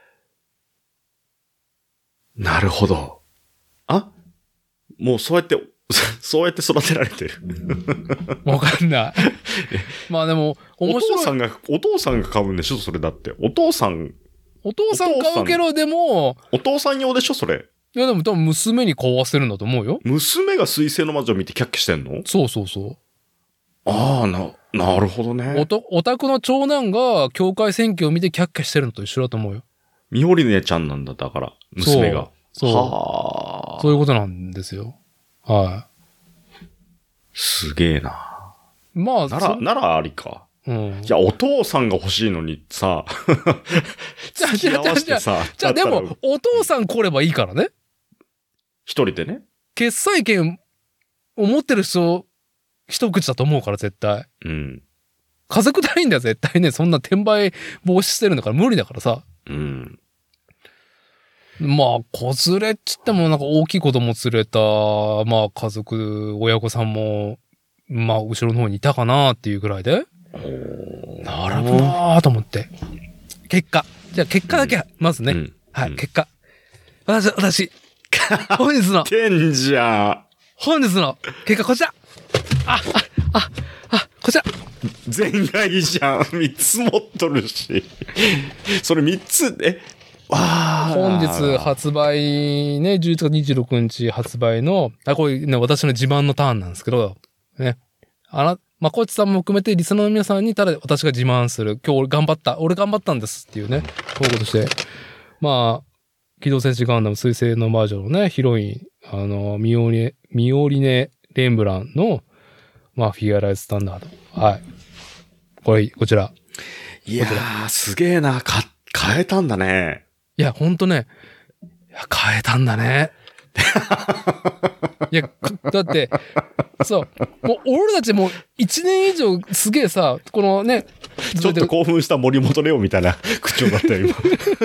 なるほど。あ、もうそうやって、そうやって育てられてる。 わかんない。まあでも、面白い。 お父さんが、お父さんが買うんでしょそれだって。お父さん。 お父さん買うけど、でも。 お父さん用でしょそれ。 いやでも多分娘に買わせるんだと思うよ。 娘が水星の魔女を見てキャッキャしてんの？ そうそうそう。 ああ、な、なるほどね。 おと、お宅の長男が境界選挙を見てキャッキャしてるのと一緒だと思うよ。 ミオリネちゃんなんだ、だから。娘が。 そう。そう。 はあ。 そういうことなんですよ。はい。 すげえな。 まあ、 なら、ならありか。 うん。 じゃあ、お父さんが欲しいのにさ、付き合わせてさ。 じゃあ、でも、お父さん来ればいいからね。 一人でね。 決裁権を持ってる人、一口だと思うから、絶対。 うん。 家族単位だよ、絶対ね。そんな転売防止してるんだから無理だからさ。 うん。 まあ、子連れっつってもなんか大きい子供連れた、まあ家族、親御さんも、まあ後ろの方にいたかなっていうぐらいで。並ぶなぁと思って。結果。じゃあ結果だけ、うん、まずね。うん、はい、うん、結果。私、私、本日の。 てんじゃ。 本日の結果こちら。あ、あ、あ、あ、こちら。 全外じゃん。三つ持っとるし。それ三つ、え、 本日発売ね、じゅういちがつにじゅうろくにち発売の、あ、これね、私の自慢のターンなんですけど、ね。あな、まこっちさんも含めてリスナーの皆さんにただ私が自慢する。今日俺頑張った。俺頑張ったんですっていうね。こういうことして。まあ、機動戦士ガンダム水星の魔女のね、ヒロイン、あの、ミオリネ、ミオリネ・レンブランの、まあ、フィギュアライズスタンダード。はい。これ、こちら。 いやー、すげえな。か、変えたんだね。 いや、ほんとね、いや変えたんだね。いや、だって、そう、もう俺たちもう一年以上すげえさ、このね、 ちょっと興奮した森本レオみたいな口調だったよ、今。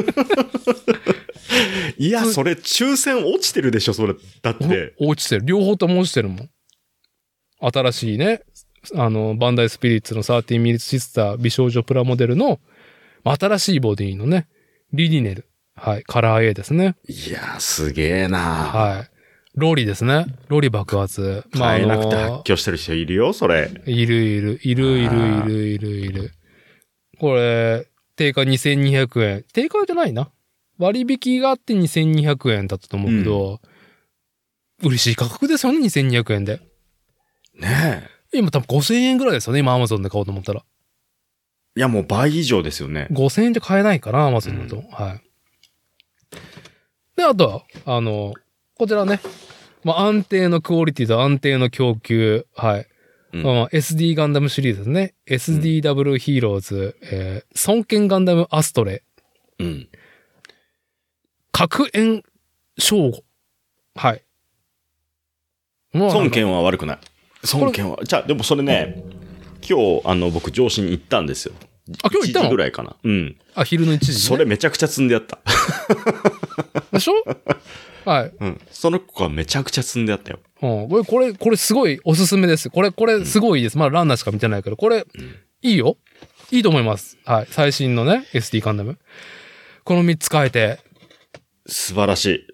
いや、それ抽選落ちてるでしょ、それ。だって。 落ちてる。両方とも落ちてるもん。新しいね、 あの、バンダイスピリッツのじゅうさんミニッツシスター美少女プラモデルの新しいボディのね、リリネル。はい。カラー A ですね。 いやー、すげえなはい。ロリですね。ロリ爆発。 買えなくて発狂してる人いるよ、それ。 いるいる、いるいるいるいるいる。これ、定価にせんにひゃくえん。定価じゃないな。割引があってにせんにひゃくえんだったと思うけど、うん、嬉しい価格ですよね、にせんにひゃくえんで。 ねえ。今多分ごせんえんぐらいですよね、今 Amazon で買おうと思ったら。 いや、もう倍以上ですよね。 ごせんえんで買えないかな、Amazon だと。うん、はい。で、あとは、あの、こちらね。まあ、安定のクオリティと安定の供給。はい。うんまあ、エスディー ガンダムシリーズですね。エスディーダブリュー ヒーローズ、えー、孫権ガンダムアストレ。 うん。 核炎称号。はい。 孫権は悪くない。孫権は。じゃあ、でもそれね、今日、あの、僕上司に行ったんですよ。 あ、今日行ったの？ いちじぐらいかな。うん。 あ、昼のいちじ、ね。 それめちゃくちゃ積んであった。 でしょ？はい。 うん。その子はめちゃくちゃ積んであったよ。 うん。これ、これ、これすごいおすすめです。これ、これすごいいいです。うん、まあ、ランナーしか見てないけど、これ、うん、いいよ。いいと思います。はい。最新のね、エスディー ガンダム。このみっつ変えて。 素晴らしい。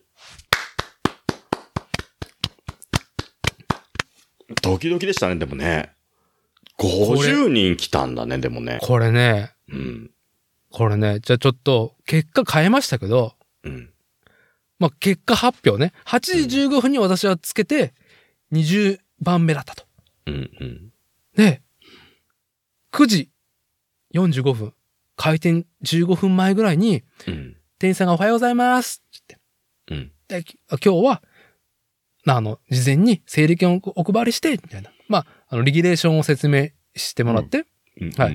ドキドキでしたね、でもね。ごじゅうにん来たんだね、でもね。 これね。 うん。 これね、じゃあちょっと、結果変えましたけど、 うん。 まあ、結果発表ね。はちじじゅうごふんに私はつけて、にじゅうばんめだったと。 うんうん。 で、くじよんじゅうごふん、開店じゅうごふんまえぐらいに、うん、店員さんがおはようございますって。うん。で、今日は、あの、事前に整理券をお配りして、みたいな。まあ、あの、リギュレーションを説明してもらって、うんうん、はい。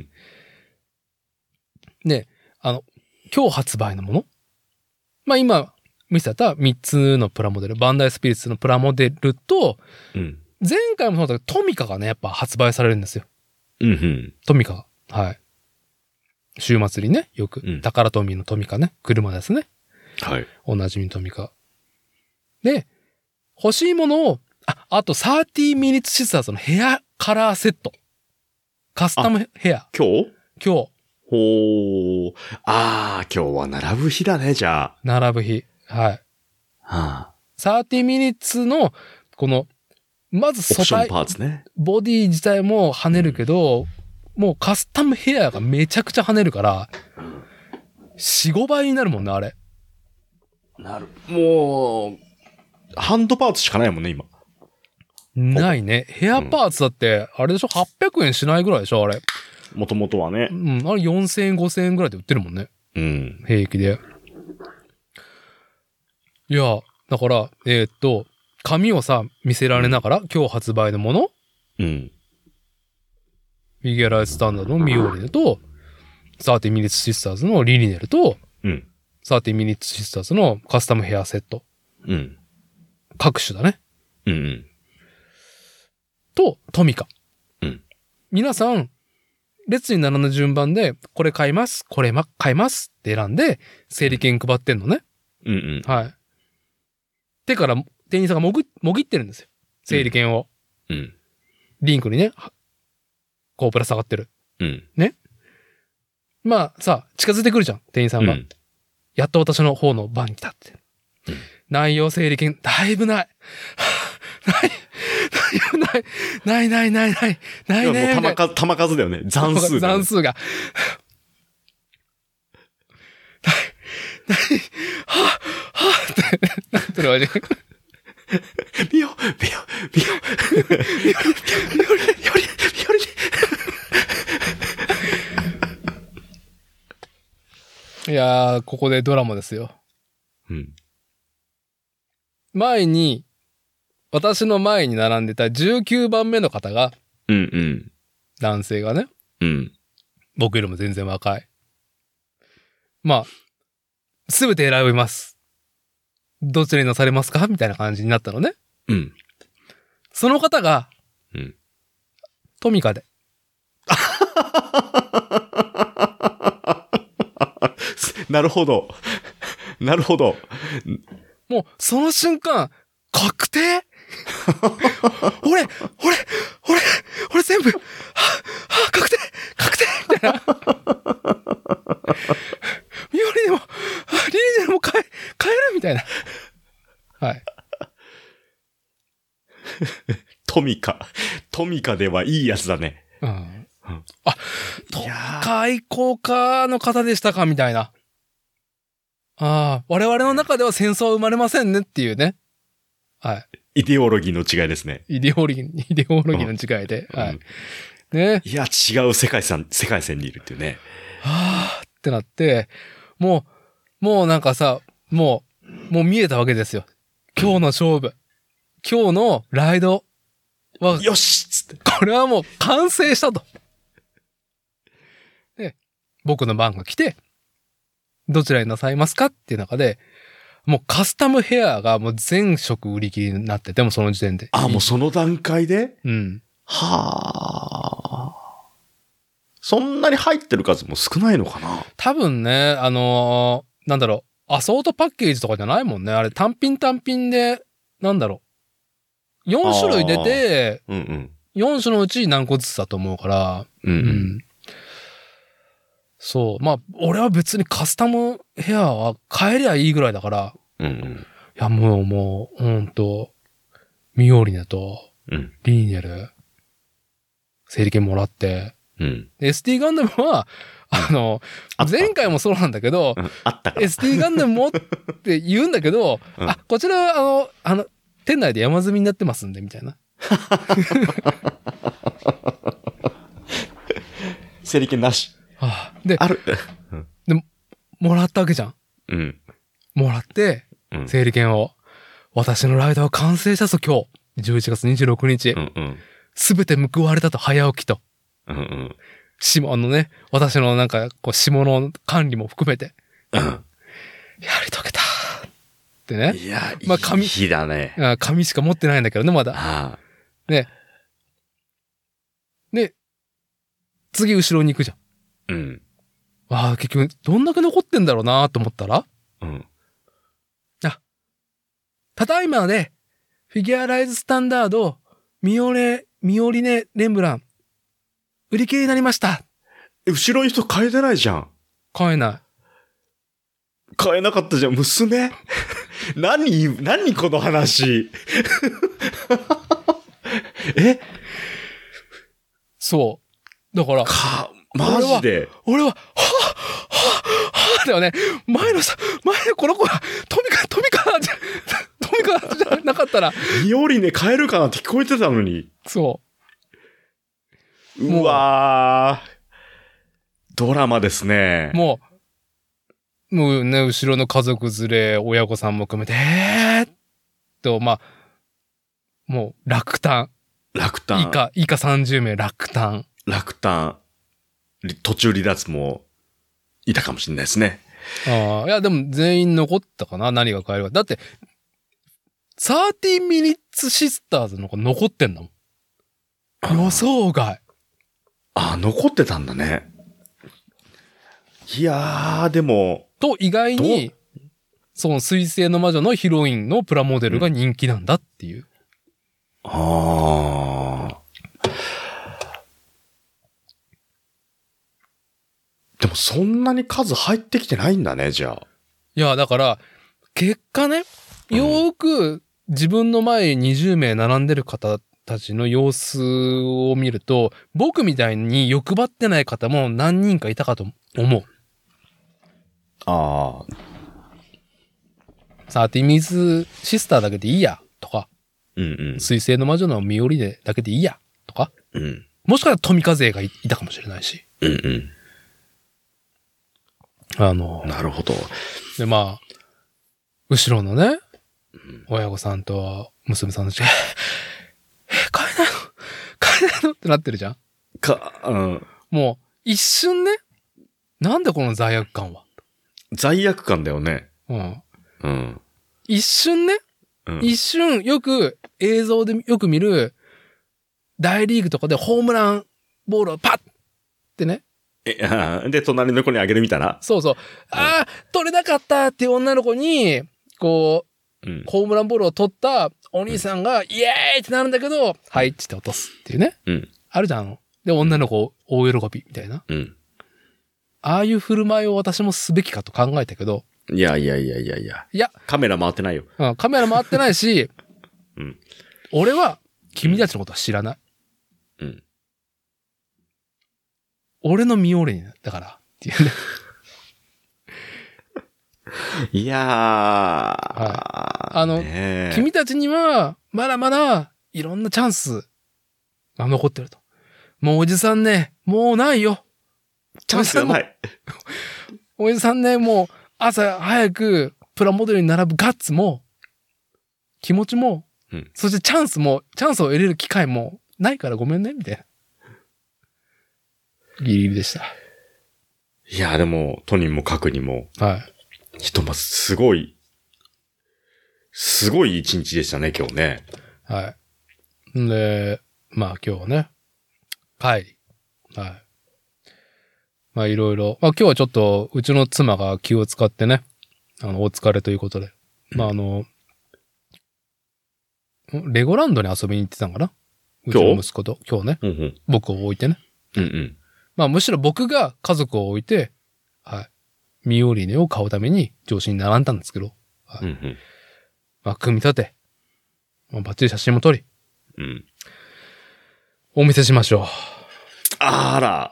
で、あの、今日発売のもの。まあ今、見せたみっつのプラモデル、バンダイスピリッツのプラモデルと、うん、前回もそうだけど、トミカがね、やっぱ発売されるんですよ。 うんうん。 トミカ。はい。週末にね、よく、うん、タカラトミーのトミカね、車ですね。 はい。 おなじみのトミカ。で、欲しいものを、あ、あとさんじゅうミニッツシスターズのヘアカラーセット。カスタムヘア。 今日今日。 ほー。あー、今日は並ぶ日だね、じゃあ。 並ぶ日。はい。はあ。 さんじゅうミニッツの、この、まず素材、 パーツね、 ボディ自体も跳ねるけど、うん、もうカスタムヘアがめちゃくちゃ跳ねるから、よん、ごばいになるもんね、あれ。 なる。もう、ハンドパーツしかないもんね、今。 ないね。ヘアパーツだって、あれでしょ ?はっぴゃくえんしないぐらいでしょあれ。 もともとはね。 うん。あれよんせんえん、ごせんえんぐらいで売ってるもんね。 うん。 平気で。いや、だから、えー、っと、紙をさ、見せられながら、うん、今日発売のものうん。 フィギュアライズスタンダードのミオーリネと、さんじゅうミニッツシスターズのリリネルと、 うん。 さんじゅうミニッツシスターズのカスタムヘアセット。 うん。 各種だね。 うん、うん。 と、トミカ。 うん。 皆さん、列に並んだ順番で、これ買います、これ買いますって選んで、整理券配ってんのね。 うんうん。 はい。手から店員さんがもぐ、もぎってるんですよ。整理券を。 うん。 リンクにね、こうぶら下がってる。 うん。 ね。まあさ、近づいてくるじゃん、店員さんが。うん、やっと私の方の番に来たって。うん、内容整理券、だいぶない。ない。ない、ない、ない、ない、ない、ない。 もう弾数、弾数だよね。残数が、 ね。残数が。ない、ない、はぁ、はぁってなってるわけ。 ビヨ、ビヨ、ビヨ、ビヨ、ビヨ、ビヨ、ビヨ、ビヨ、 いやー、ここでドラマですよ。 うん。 前に、私の前に並んでたじゅうきゅうばんめの方が、 うんうん。 男性がね。 うん。 僕よりも全然若い。まあ、すべて選びます。どちらになされますかみたいな感じになったのね。 うん。 その方が、 うん。 トミカで。 なるほど。なるほど。 もう、その瞬間、確定俺、俺、 俺、俺全部、は、は、確定確定みたいな。ミオリでも、リーネでも変え、変えるみたいな。はい。 トミカ。トミカではいいやつだね。 うん。うん、あ、トミカ愛好家の方でしたかみたいな。ああ、我々の中では戦争は生まれませんねっていうね。はい。 イデオロギーの違いですね。 イデオロギー、イデオロギーの違いで。うん、はい。ね。 いや、違う世界線、世界線にいるっていうね。 はぁーってなって、もう、もうなんかさ、もう、もう見えたわけですよ。今日の勝負。今日のライドは、 よしっつって。 これはもう完成したと。で、僕の番が来て、どちらになさいますかっていう中で、もうカスタムヘアがもう全色売り切りになっててもその時点で。 あ、もうその段階でうん。 はあ。そんなに入ってる数も少ないのかな？ 多分ね、あのー、なんだろう、アソートパッケージとかじゃないもんね。あれ単品単品で、なんだろう。よん種類出て、 うんうん、 よん種のうち何個ずつだと思うから、 うんうん、 そう。まあ、俺は別にカスタムヘアは変えりゃいいぐらいだから、 うんうん、 いや、もう、もう、ほんと、ミオーリネと、 うん、 リーネル、整理券もらって、 うん、 エスティー ガンダムは、あの、前回もそうなんだけど、 うん、あったから。 エスティー ガンダムもって言うんだけど、うん、あ、こちらは、あの、あの、店内で山積みになってますんで、みたいな。 整理券なし。 はあ、で、 ある。 で、もらったわけじゃん。 うん。 もらって、整理券を。私のライダーは完成したぞ、今日。じゅういちがつにじゅうろくにち。すべ、うんうん、て報われたと、早起きと。 うんうん、 指紋のね、私のなんか、こう、指紋の管理も含めて。うん。やり遂げた。ってね。 いや、 まあ、紙。 いい日だね。 紙しか持ってないんだけどね、まだ。 はあ、 ね。で、次後ろに行くじゃん。 うん。 ああ、結局、どんだけ残ってんだろうなと思ったら、 うん。 あ、ただいまで、フィギュアライズスタンダード、ミオレ、ミオリネ・レンブラン、売り切りになりました。 後ろに人買えてないじゃん。 買えない。 買えなかったじゃん、娘。何、何この話。え？ そう。だから、 か、マジで俺は、俺は、はぁ、はぁ、はぁ、だよね。前のさ、前のこの子が、トミカ、トミカじゃ、トミカじゃなかったら。 ミオリネ買えるかなって聞こえてたのに。 そう。 うわー。ドラマですね。 もう、もうね、後ろの家族連れ、親御さんも含めて、えーっと、まあ、もう落胆。 落胆。 以下、以下さんじゅうめい落胆。 落胆。途中離脱もいたかもしれないですね。 ああ、いやでも全員残ったかな、何が変えるか。だって、じゅうさんミニッツシスターズの子残ってんの予想外。 ああ、残ってたんだね。いやー、でも。 と、意外に、その水星の魔女のヒロインのプラモデルが人気なんだっていう。 うん、ああ。でもそんなに数入ってきてないんだね、じゃあ。 いや、だから、結果ね、よーく自分の前ににじゅうめい並んでる方たちの様子を見ると、僕みたいに欲張ってない方も何人かいたかと思う。 ああ。 サーティミズシスターだけでいいや、とか。 うんうん。 水星の魔女のミオリネだけでいいや、とか。 うん。 もしかしたらトミカ勢がいたかもしれないし。 うんうん。 あの。 なるほど。 で、まあ、後ろのね、うん、親御さんと娘さんたちが、え、買えないの買えないのってなってるじゃんか、うん。 もう、一瞬ね、なんでこの罪悪感は罪悪感だよね。 うん。 うん。 一瞬ね、うん、一瞬よく映像でよく見る大リーグとかでホームランボールをパッってね。 え、で、隣の子にあげるみたいな。 そうそう。うん、ああ、取れなかったっていう女の子に、こうん。 ホームランボールを取ったお兄さんが、イエーイってなるんだけど、はいっつって落とすっていうね。 うん。 あるじゃん。で、女の子、大喜びみたいな。 うん。 ああいう振る舞いを私もすべきかと考えたけど。 いやいやいやいやいや。 いや。 カメラ回ってないよ。 うん、カメラ回ってないし、 うん。 俺は、君たちのことは知らない。 うん。 俺の身折れにだから、っていうね。 いやー。 はい。あの、 ね、 君たちには、まだまだ、いろんなチャンスが残ってると。もうおじさんね、もうないよ。 チャンスがない。 おじさんね、もう、朝早く、プラモデルに並ぶガッツも、気持ちも、 うん、 そしてチャンスも、チャンスを得れる機会も、ないからごめんね、みたいな。ギリギリでした。 いや、でも、とにもかくにも、 はい。 ひとまずすごい、すごい一日でしたね、今日ね。 はい。んで、まあ今日はね、帰り。はい。まあいろいろ。まあ今日はちょっと、うちの妻が気を使ってね、あの、お疲れということで。まああの、レゴランドに遊びに行ってたんかな、うちの息子と。今日ね、 うんうん、 僕を置いてね。 うんうん。 まあむしろ僕が家族を置いて、はい。ミオリネを買うために上司に並んだんですけど。はい。 うんうん、 まあ組み立て。まあバッチリ写真も撮り。 うん。 お見せしましょう。 あら。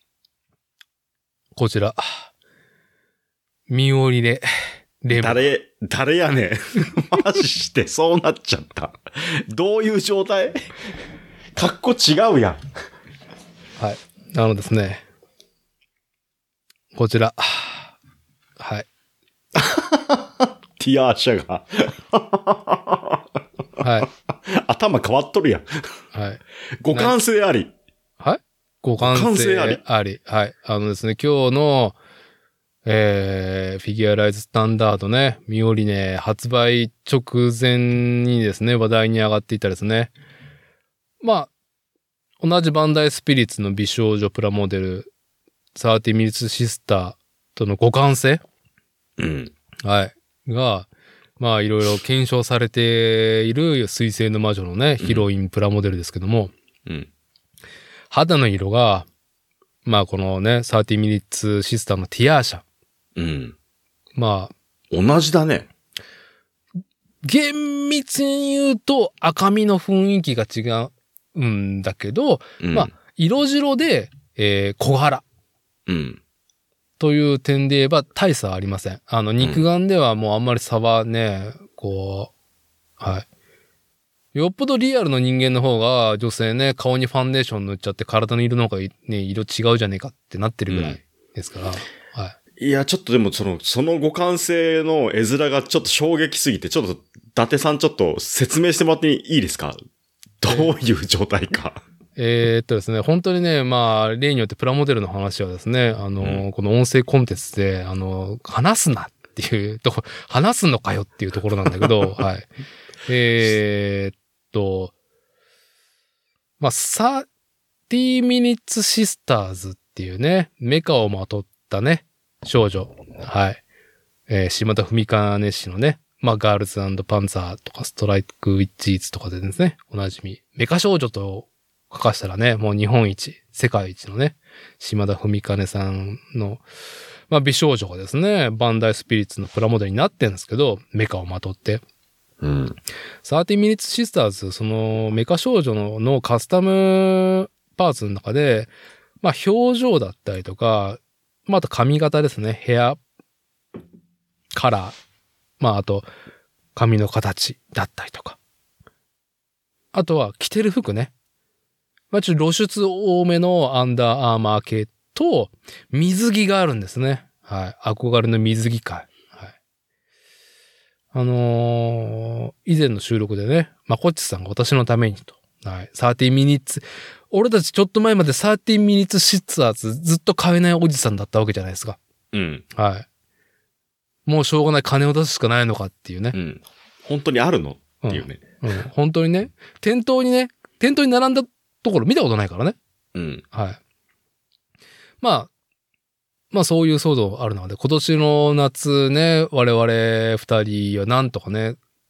こちら。ミオリネ。レモン。 誰、誰やねん。マジでそうなっちゃった。どういう状態？格好違うやん。 はい。あのですね。こちら。はい。 ティアーシャが。 はい。 頭変わっとるやん。 はい。 互換性あり。 はい？互換性あり。あり。はい。あのですね、今日の、えー、フィギュアライズスタンダードね、ミオリネ発売直前にですね、話題に上がっていたですね。まあ、同じバンダイスピリッツの美少女プラモデル、サーティミニッツシスターとの互換性、 うん。 はい。が、まあいろいろ検証されている水星の魔女のね、ヒロインプラモデルですけども、 うん。 肌の色が、まあこのね、サーティミニッツシスターのティアーシャ。 うん。 まあ。 同じだね。 厳密に言うと赤みの雰囲気が違うんだけど、うん、まあ、色白で、えー、小柄。 うん。 という点で言えば大差ありません。あの、肉眼ではもうあんまり差はね、こう、はい。よっぽどリアルの人間の方が女性ね、顔にファンデーション塗っちゃって体の色の方がね、色違うじゃねえかってなってるぐらいですから。うん、はい。 いや、ちょっとでもその、その互換性の絵面がちょっと衝撃すぎて、ちょっと、伊達さんちょっと説明してもらっていいですか？どういう状態か。 えー、っとですね、本当にね、まあ、例によってプラモデルの話はですね、あの、うん、この音声コンテンツで、あの、話すなっていうとこ、話すのかよっていうところなんだけど、はい。えー、っと、まあ、サーティーミニッツシスターズっていうね、メカをまとったね、少女。はい。えー、島田文兼氏のね、まあ、ガールズ&パンツァーとかストライクウィッチーズとかでですね、おなじみ。メカ少女と書かしたらね、もう日本一、世界一のね、島田文兼さんの、まあ、美少女がですね、バンダイスピリッツのプラモデルになってるんですけど、メカをまとって。 うん。 サーティーミニッツシスターズ、そのメカ少女 の, のカスタムパーツの中で、まあ、表情だったりとか、まあ、あと髪型ですね、ヘア、カラー、まあ、あと、髪の形だったりとか。あとは、着てる服ね。まあ、ちょっと露出多めのアンダーアーマー系と、水着があるんですね。はい。憧れの水着会。はい。あのー、以前の収録でね、まこっちさんが私のためにと。はい。サーティーミニッツ。俺たちちょっと前までサーティーミニッツシッツアーズずっと買えないおじさんだったわけじゃないですか。 うん。 はい。もうしょうがない金を出すしかないのかっていうね。 うん。本当にあるのっていうね。 うん。うん、本当にね。店頭にね、店頭に並んだところ見たことないからね。 うん。 はい。まあ、まあそういう騒動あるので、今年の夏ね、我々二人はなんとかね、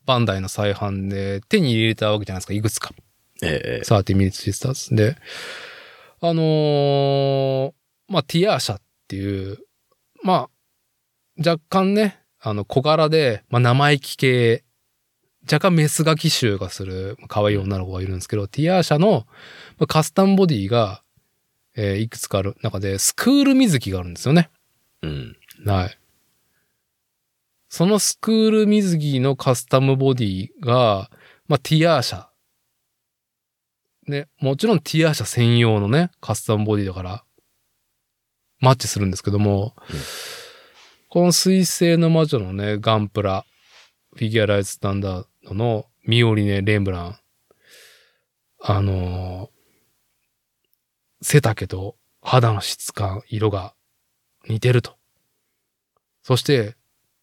バンダイの再販で手に入れたわけじゃないですか、いくつか。 ええ。 サーティミニッツシスターズで、あのー、まあ、ティアーシャっていう、まあ、若干ね、あの、小柄で、まあ、生意気系、若干メスガキ臭がする可愛い女の子がいるんですけど、ティアーシャのカスタムボディが、えー、いくつかある中で、スクール水着があるんですよね。 うん。 はい。そのスクール水着のカスタムボディが、まあ、ティアーシャ。ね、もちろんティアーシャ専用のね、カスタムボディだから、マッチするんですけども、うん、この水星の魔女のね、ガンプラ、フィギュアライズスタンダードのミオリネ・レンブラン。あのー、背丈と肌の質感、色が似てると。そして、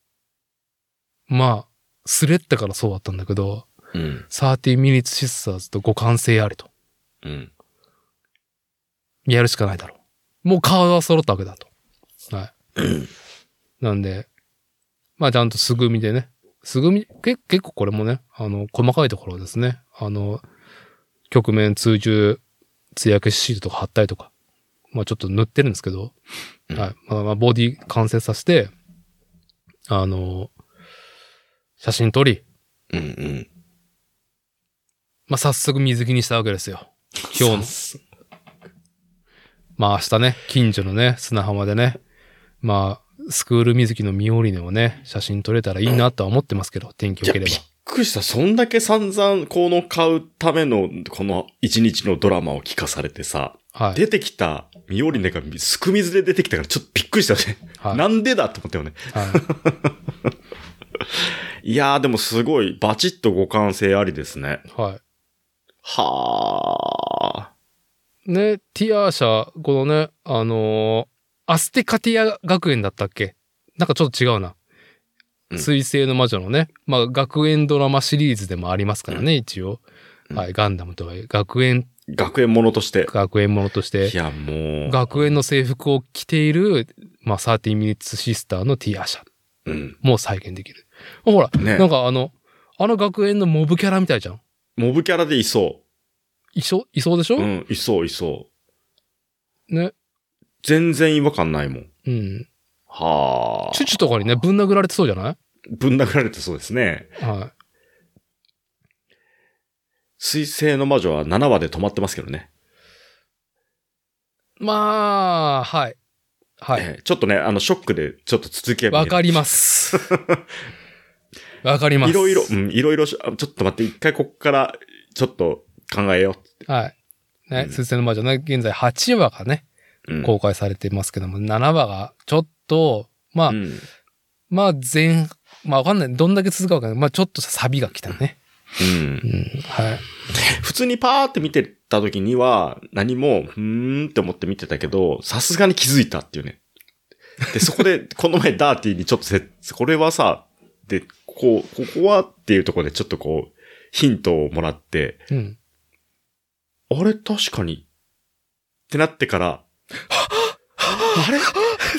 まあ、スレッタからそうだったんだけど、 うん、 サーティーミニッツシスターズと互換性ありと。 うん。 やるしかないだろう。もう顔が揃ったわけだと。はい。なんで、まあちゃんと素組みでね。素組み、け結構これもね、あの、細かいところですね。あの、曲面通中、艶消しシートとか貼ったりとか、まあちょっと塗ってるんですけど、うん、はい。まあまあボディ完成させて、あの、写真撮り、 うんうん。 まあ早速水着にしたわけですよ。今日の。まあ明日ね、近所のね、砂浜でね、まあ、スクール水着のミオリネをね、写真撮れたらいいなとは思ってますけど、天気良ければ。 びっくりした。そんだけ散々、この買うための、この一日のドラマを聞かされてさ、はい、出てきたミオリネがすく水で出てきたからちょっとびっくりしたね。はい、なんでだと思ったよね。はい、いやーでもすごい、バチッと互換性ありですね。 はい。 はー。ね、ティアーシャ、このね、あのー、アステカティア学園だったっけ？なんかちょっと違うな。水星の魔女のね、まあ学園ドラマシリーズでもありますからね、うん、一応。はい、ガンダムとは学園。 学園ものとして。 学園ものとして。 いや、もう。 学園の制服を着ている、まあ、サーティーミニッツシスターのティアーシャ。うん。もう再現できる。ほら、ね、なんかあの、あの学園のモブキャラみたいじゃん。 モブキャラでいそう。 いそう、いそうでしょ？ うん、いそう、いそう。 ね。 全然違和感ないもん。 うん。 はあ。 チュチュとかにね、ぶん殴られてそうじゃない？ ぶん殴られてそうですね。 はい。 水星の魔女はななわで止まってますけどね。 まあ、はい。はい、 えー。ちょっとね、あの、ショックでちょっと続けばわかります。わかります。 いろいろ、うん、いろいろ、ちょっと待って、一回ここから、ちょっと考えよう。はい。ね、うん、水星の魔女ね、現在はちわがね、うん、公開されてますけども、ななわが、ちょっと、まあ、うん、まあ、前、まあわかんない。どんだけ続くかわかんない。まあちょっとサビが来たね。 うん。うん、 はい。 普通にパーって見てた時には、何も、ふーんって思って見てたけど、さすがに気づいたっていうね。で、そこで、この前ダーティーにちょっとせ、これはさ、で、こう、ここはっていうところでちょっとこう、ヒントをもらって、 うん、 あれ確かに。ってなってから、あれあ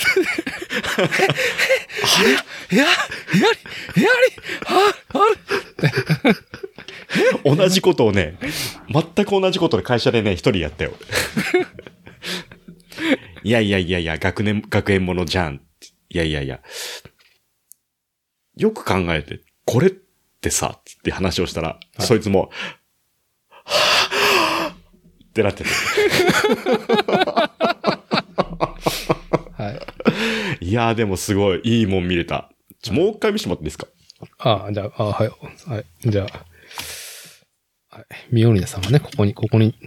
れいや、やり、やり、あ、あれ同じことをね、全く同じことで会社でね、一人やったよ。いやいやいやいや、学年、学園ものじゃん。いやいやいや。よく考えて、これってさ、って話をしたら、はい、そいつも、はぁってなってて。 はい。 いやーでもすごい、いいもん見れた。ちょもう一回見せてもらっていいですか？ ああ、じゃあ、あはい。はい。じゃあ、はい。ミオリネさんはね、ここに、ここに。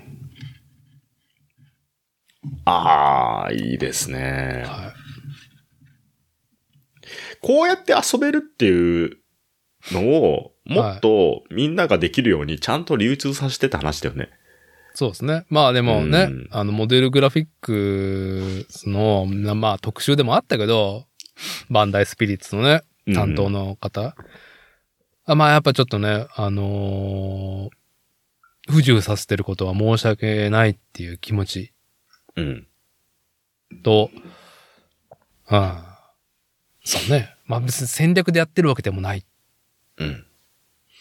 ああ、いいですね。 はい。 こうやって遊べるっていうのを、もっとみんなができるようにちゃんと流通させてって話だよね。 そうですね。まあでもね、うん、あの、モデルグラフィックの、まあ特集でもあったけど、バンダイスピリッツのね、担当の方。うん、あまあやっぱちょっとね、あのー、不自由させてることは申し訳ないっていう気持ち。 うん。 と、ああ、そうね。まあ別に戦略でやってるわけでもない。 うん。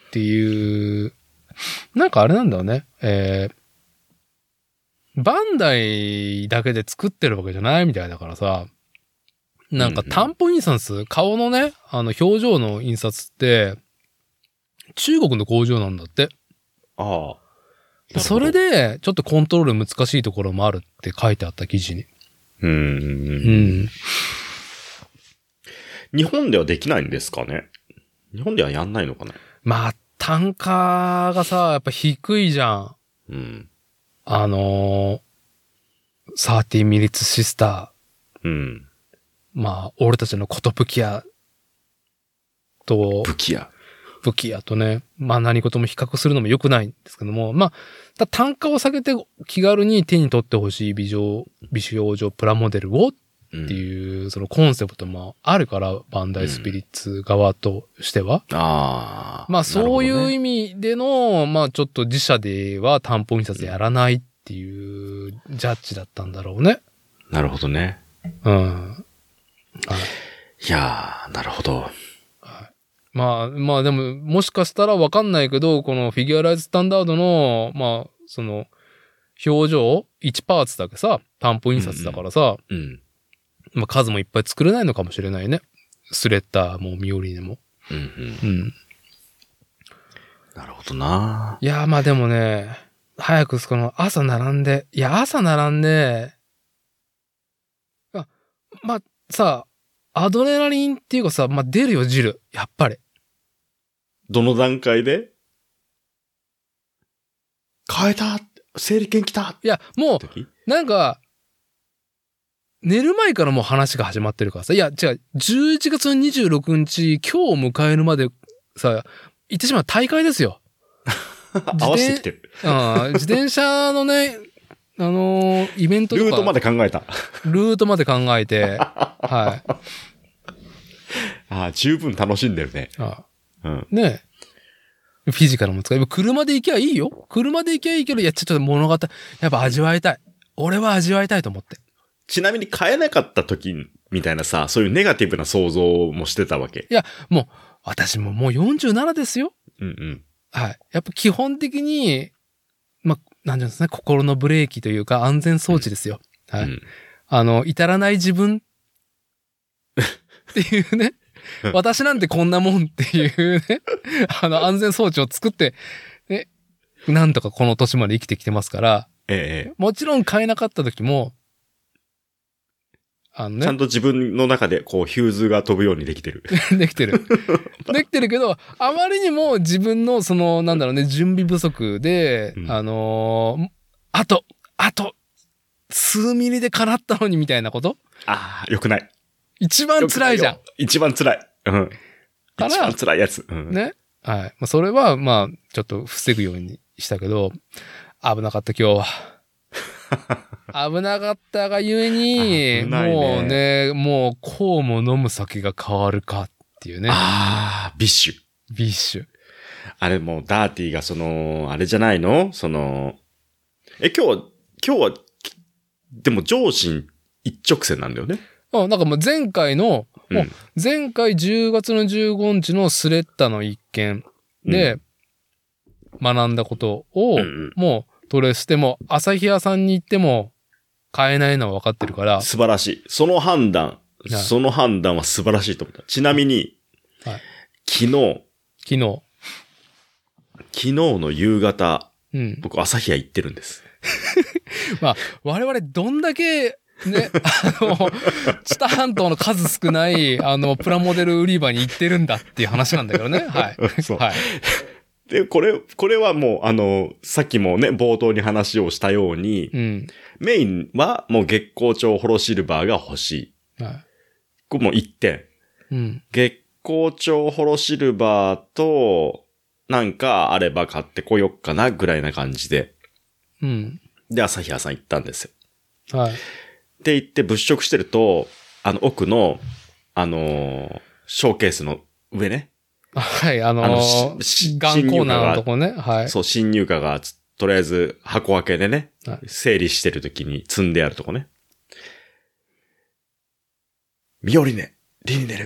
っていう、なんかあれなんだよね。えー、バンダイだけで作ってるわけじゃないみたいだからさ、なんか担保印刷、うんうん、顔のね、あの表情の印刷って、中国の工場なんだって。 ああ。 それで、ちょっとコントロール難しいところもあるって書いてあった記事に。 うーん。うん。日本ではできないんですかね？日本ではやんないのかな？ まあ、単価がさ、やっぱ低いじゃん。 うん。 あのー、サーティーミニッツシスター。うん。 まあ、俺たちのコトブキアと、 ブキア。 武器やとね、まあ何事も比較するのも良くないんですけども、まあ、単価を下げて気軽に手に取ってほしい美女、美少女プラモデルをっていう、うん、そのコンセプトもあるから、バンダイスピリッツ側としては。 うん、ああ。 まあそういう意味での、ね、まあちょっと自社では担保印刷やらないっていうジャッジだったんだろうね。 なるほどね。 うん。はい、 いやー、なるほど。 まあ、まあでも、もしかしたらわかんないけど、このフィギュアライズスタンダードの、まあ、その、表情、いちパーツだけさ、担保印刷だからさ、 うん、うん。 まあ数もいっぱい作れないのかもしれないね。スレッダーもミオリネも。 うん、うん。 うん。 なるほどな。 いや、まあでもね、早くこの朝並んで、いや、朝並んで、あ、まあさ、アドレナリンっていうかさ、まあ、出るよ、汁。やっぱり。 どの段階で変えた整理券来たいや、もう、なんか、寝る前からもう話が始まってるからさ。いや、違う、じゅういちがつのにじゅうろくにち、今日を迎えるまで、さ、言ってしまう大会ですよ。 合わせてきてる。 うん。自転車のね、あのー、イベントとか。 ルートまで考えた。 ルートまで考えて、はい。 ああ、十分楽しんでるね。 ああうん、 ねえ。フィジカルも使えば、車で行きゃいいよ。車で行きゃいいけど、いや、ちょっと物語、やっぱ味わいたい。俺は味わいたいと思って。 ちなみに買えなかった時みたいなさ、そういうネガティブな想像もしてたわけ。 いや、もう、私ももうよんじゅうななですよ。 うんうん。 はい。やっぱ基本的に、ま、なんていうんですね、心のブレーキというか安全装置ですよ。うん、はい、うん。あの、至らない自分っていうね。私なんてこんなもんっていうね。あの、安全装置を作って、ね。なんとかこの年まで生きてきてますから。 ええ。 もちろん買えなかった時も、あのね。 ちゃんと自分の中でこうヒューズが飛ぶようにできてる。 できてる。できてるけど、あまりにも自分のその、なんだろうね、準備不足で、うん、あのー、あと、あと、数ミリで叶ったのにみたいなこと？ ああ、よくない。 一番辛いじゃん。 一番辛い。うん。一番辛いやつ。うん、 ね。はい。まあ、それは、まあ、ちょっと防ぐようにしたけど、危なかった今日は。危なかったがゆえに、ね、もうね、もう、こうも飲む酒が変わるかっていうね。 ああ、ビッシュ。 ビッシュ。 あれもう、ダーティーがその、あれじゃないの？その、え、今日は、今日は、でも上心一直線なんだよね。 うん、なんかもう前回の、うん、もう前回じゅうがつのじゅうごにちのスレッタの一件で学んだことを、うん、もうトレースでも、朝日屋さんに行っても買えないのは分かってるから。 素晴らしい。その判断、はい、その判断は素晴らしいと思った。ちなみに、はい、昨日、 昨日、 昨日の夕方、 うん、 僕朝日屋行ってるんです。 まあ、我々どんだけ、ね、あの、知多半島の数少ない、あの、プラモデル売り場に行ってるんだっていう話なんだけどね。はい。 そう。 はい。 で、これ、これはもう、あの、さっきもね、冒頭に話をしたように、 うん、 メインはもう月光町ホロシルバーが欲しい。 はい。 これもういってん。 うん。 月光町ホロシルバーと、なんかあれば買ってこよっかな、ぐらいな感じで。 うん。 で、朝日屋さん行ったんですよ。はい。 って言って物色してると、あの奥の、あのー、ショーケースの上ね。 はい、あのー、あのガンコーナーのとこね。はい。 そう、新入荷が、とりあえず箱開けでね、はい、整理してる時に積んであるとこね。ミオリネ、リニネル、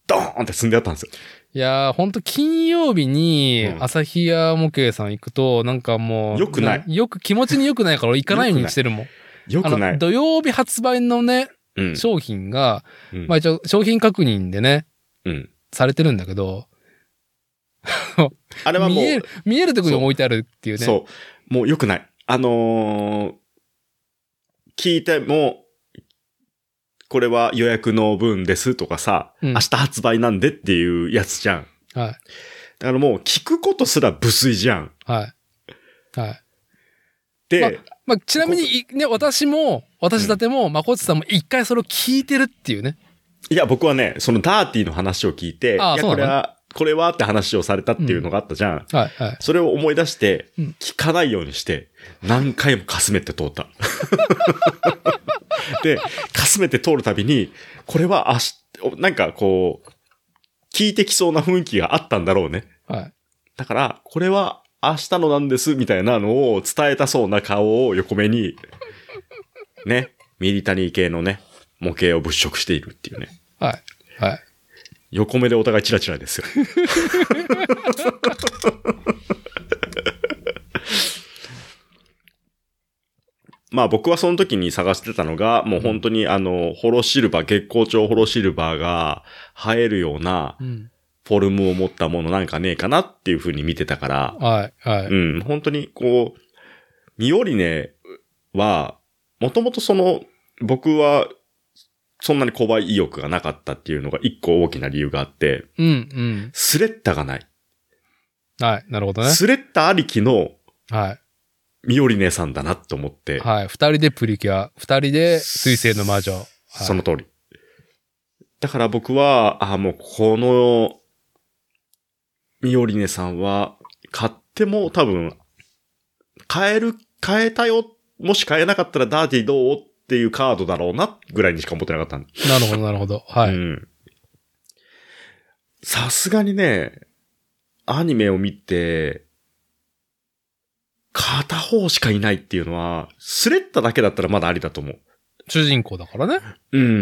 ドーンって積んであったんですよ。 いやー、ほんと金曜日にうん朝日屋模型さん行くと、なんかもう、 よくないよく気持ちに良くないから行かないようにしてるもん。 よくない。 あの土曜日発売のね、 うん。 商品が、 うんまあ一応商品確認でね、 うん。 されてるんだけど、 あれはもう、 見える、見えるところに置いてあるっていうね。 そう。もう良くない。あのー、聞いても、これは予約の分ですとかさ、 うん明日発売なんでっていうやつじゃん。 はい。 だからもう聞くことすら無粋じゃん。 はい。はい。 で、 まあ、ちなみに、いね、私も、私だても、まこっちさんも一回それを聞いてるっていうね。 いや、僕はね、そのダーティーの話を聞いて、いや、 ああそうなのこれは、これはって話をされたっていうのがあったじゃん。 はい、はい。 それを思い出してうん、 聞かないようにして、何回もかすめて通った。で、かすめて通るたびに、これは明日、なんかこう、聞いてきそうな雰囲気があったんだろうね。 はい。 だから、これは明日のなんです、みたいなのを伝えたそうな顔を横目に、ね、ミリタニー系のね、模型を物色しているっていうね。 はい。はい。 横目でお互いチラチラですよ。まあ僕はその時に探してたのが、もう本当にあの、ホロシルバー、月光町ホロシルバーが映えるようなうん。 フォルムを持ったものなんかねえかなっていう風に見てたから、 はい。はい。 うん、本当にこう、ミオリネは、もともとその、僕はそんなに購買意欲がなかったっていうのが一個大きな理由があって、 うん、うん。 スレッタがない。 はい。なるほどね。 スレッタありきのはい。 ミオリネさんだなと思って、 はい。二人でプリキュア、二人で水星の魔女。はい、 その通り。だから僕は、あ、もうこの、ミオリネさんは、買っても多分、買える、買えたよ、もし買えなかったらダーティーどうっていうカードだろうな、ぐらいにしか思ってなかったんで。 なるほど、なるほど。はい。 うん。さすがにね、アニメを見て、片方しかいないっていうのは、スレッタだけだったらまだありだと思う。 主人公だからね。 うん。 うん。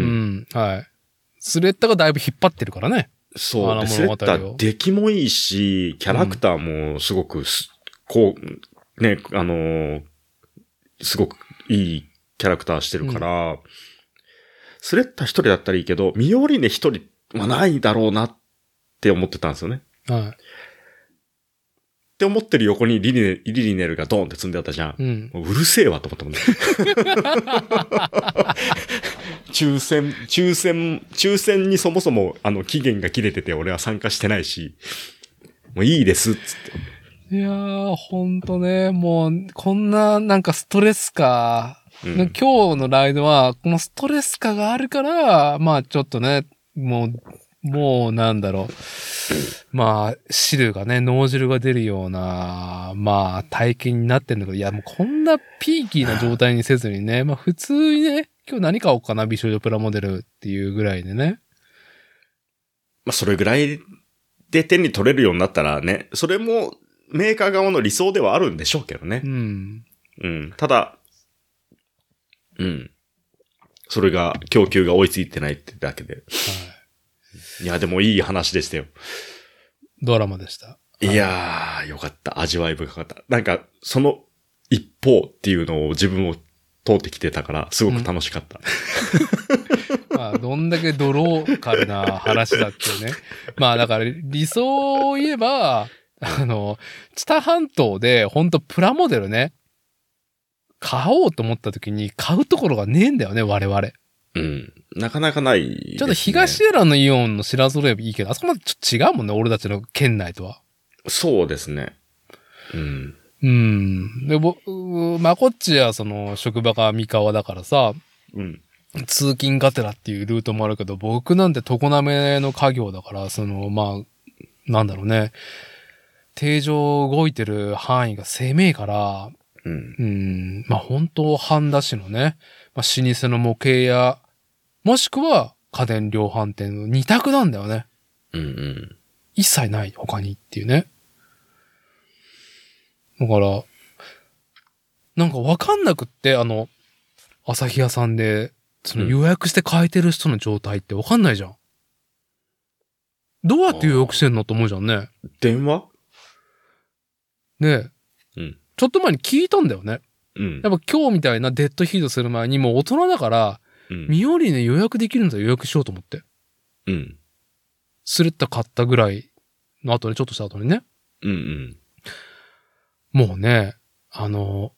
はい。スレッタがだいぶ引っ張ってるからね。 そう。 あのでスレッ物語をタ、出来もいいし、キャラクターもすごくす、こう、ね、あのーすごくいいキャラクターしてるから、スレッタ一人だったらいいけど、ミオリネ一人はないだろうなって思ってたんですよね。 はって思ってる横にリリネリリネルがドーンって積んであったじゃん。 い。うん。 もううるせえわと思ったもんね。抽選、抽選、抽選にそもそもあの期限が切れてて俺は参加してないし、もういいですっつって。 いやー、ほんとね、もう、こんな、なんかストレスか、 うん、 今日のライドは、このストレス化があるから、まあちょっとね、もう、もうなんだろう。まあ、汁がね、脳汁が出るような、まあ、体験になってんだけど、いや、もうこんなピーキーな状態にせずにね、まあ普通にね、今日何買おうかな、美少女プラモデルっていうぐらいでね。 まあそれぐらいで手に取れるようになったらね、それもメーカー側の理想ではあるんでしょうけどね。 うん。 うん。ただ、うん。それが、供給が追いついてないってだけで。 はい。 いや、でもいい話でしたよ。 ドラマでした。 いやー、よかった。味わい深かった。なんか、その一方っていうのを自分を通ってきてたから、すごく楽しかった。 うん、まあ、どんだけドローカルな話だっていうね。まあ、だから理想を言えば、あの、知多半島でほんとプラモデルね、買おうと思った時に買うところがねえんだよね、我々。 うん。なかなかないですね。 ちょっと東浦のイオンの白揃えばいいけど、あそこまでちょっと違うもんね、俺たちの県内とは。 そうですね。うん。 うん。で、ぼ、まあ、こっちはその、職場が三河だからさ、 うん。 通勤がてらっていうルートもあるけど、僕なんて常滑の家業だから、その、まあ、なんだろうね。定常動いてる範囲が狭いから、 うん。 うん、まあ本当半田市のね、まあ、老舗の模型屋、もしくは家電量販店の二択なんだよね。 うんうん。 一切ない他にっていうね。だから、なんかわかんなくって、あの、朝日屋さんで、その予約して買えてる人の状態ってわかんないじゃん。 どうやって予約してんのと思うじゃんね。 電話ねえ。 うん。 ちょっと前に聞いたんだよね。 うん。 やっぱ今日みたいなデッドヒートする前にもう大人だから、 うん。 ミオリネ予約できるんだよ、予約しようと思って。 うん。 スレッタ買ったぐらいの後に、ちょっとした後にね。 うんうん。 もうね、あの、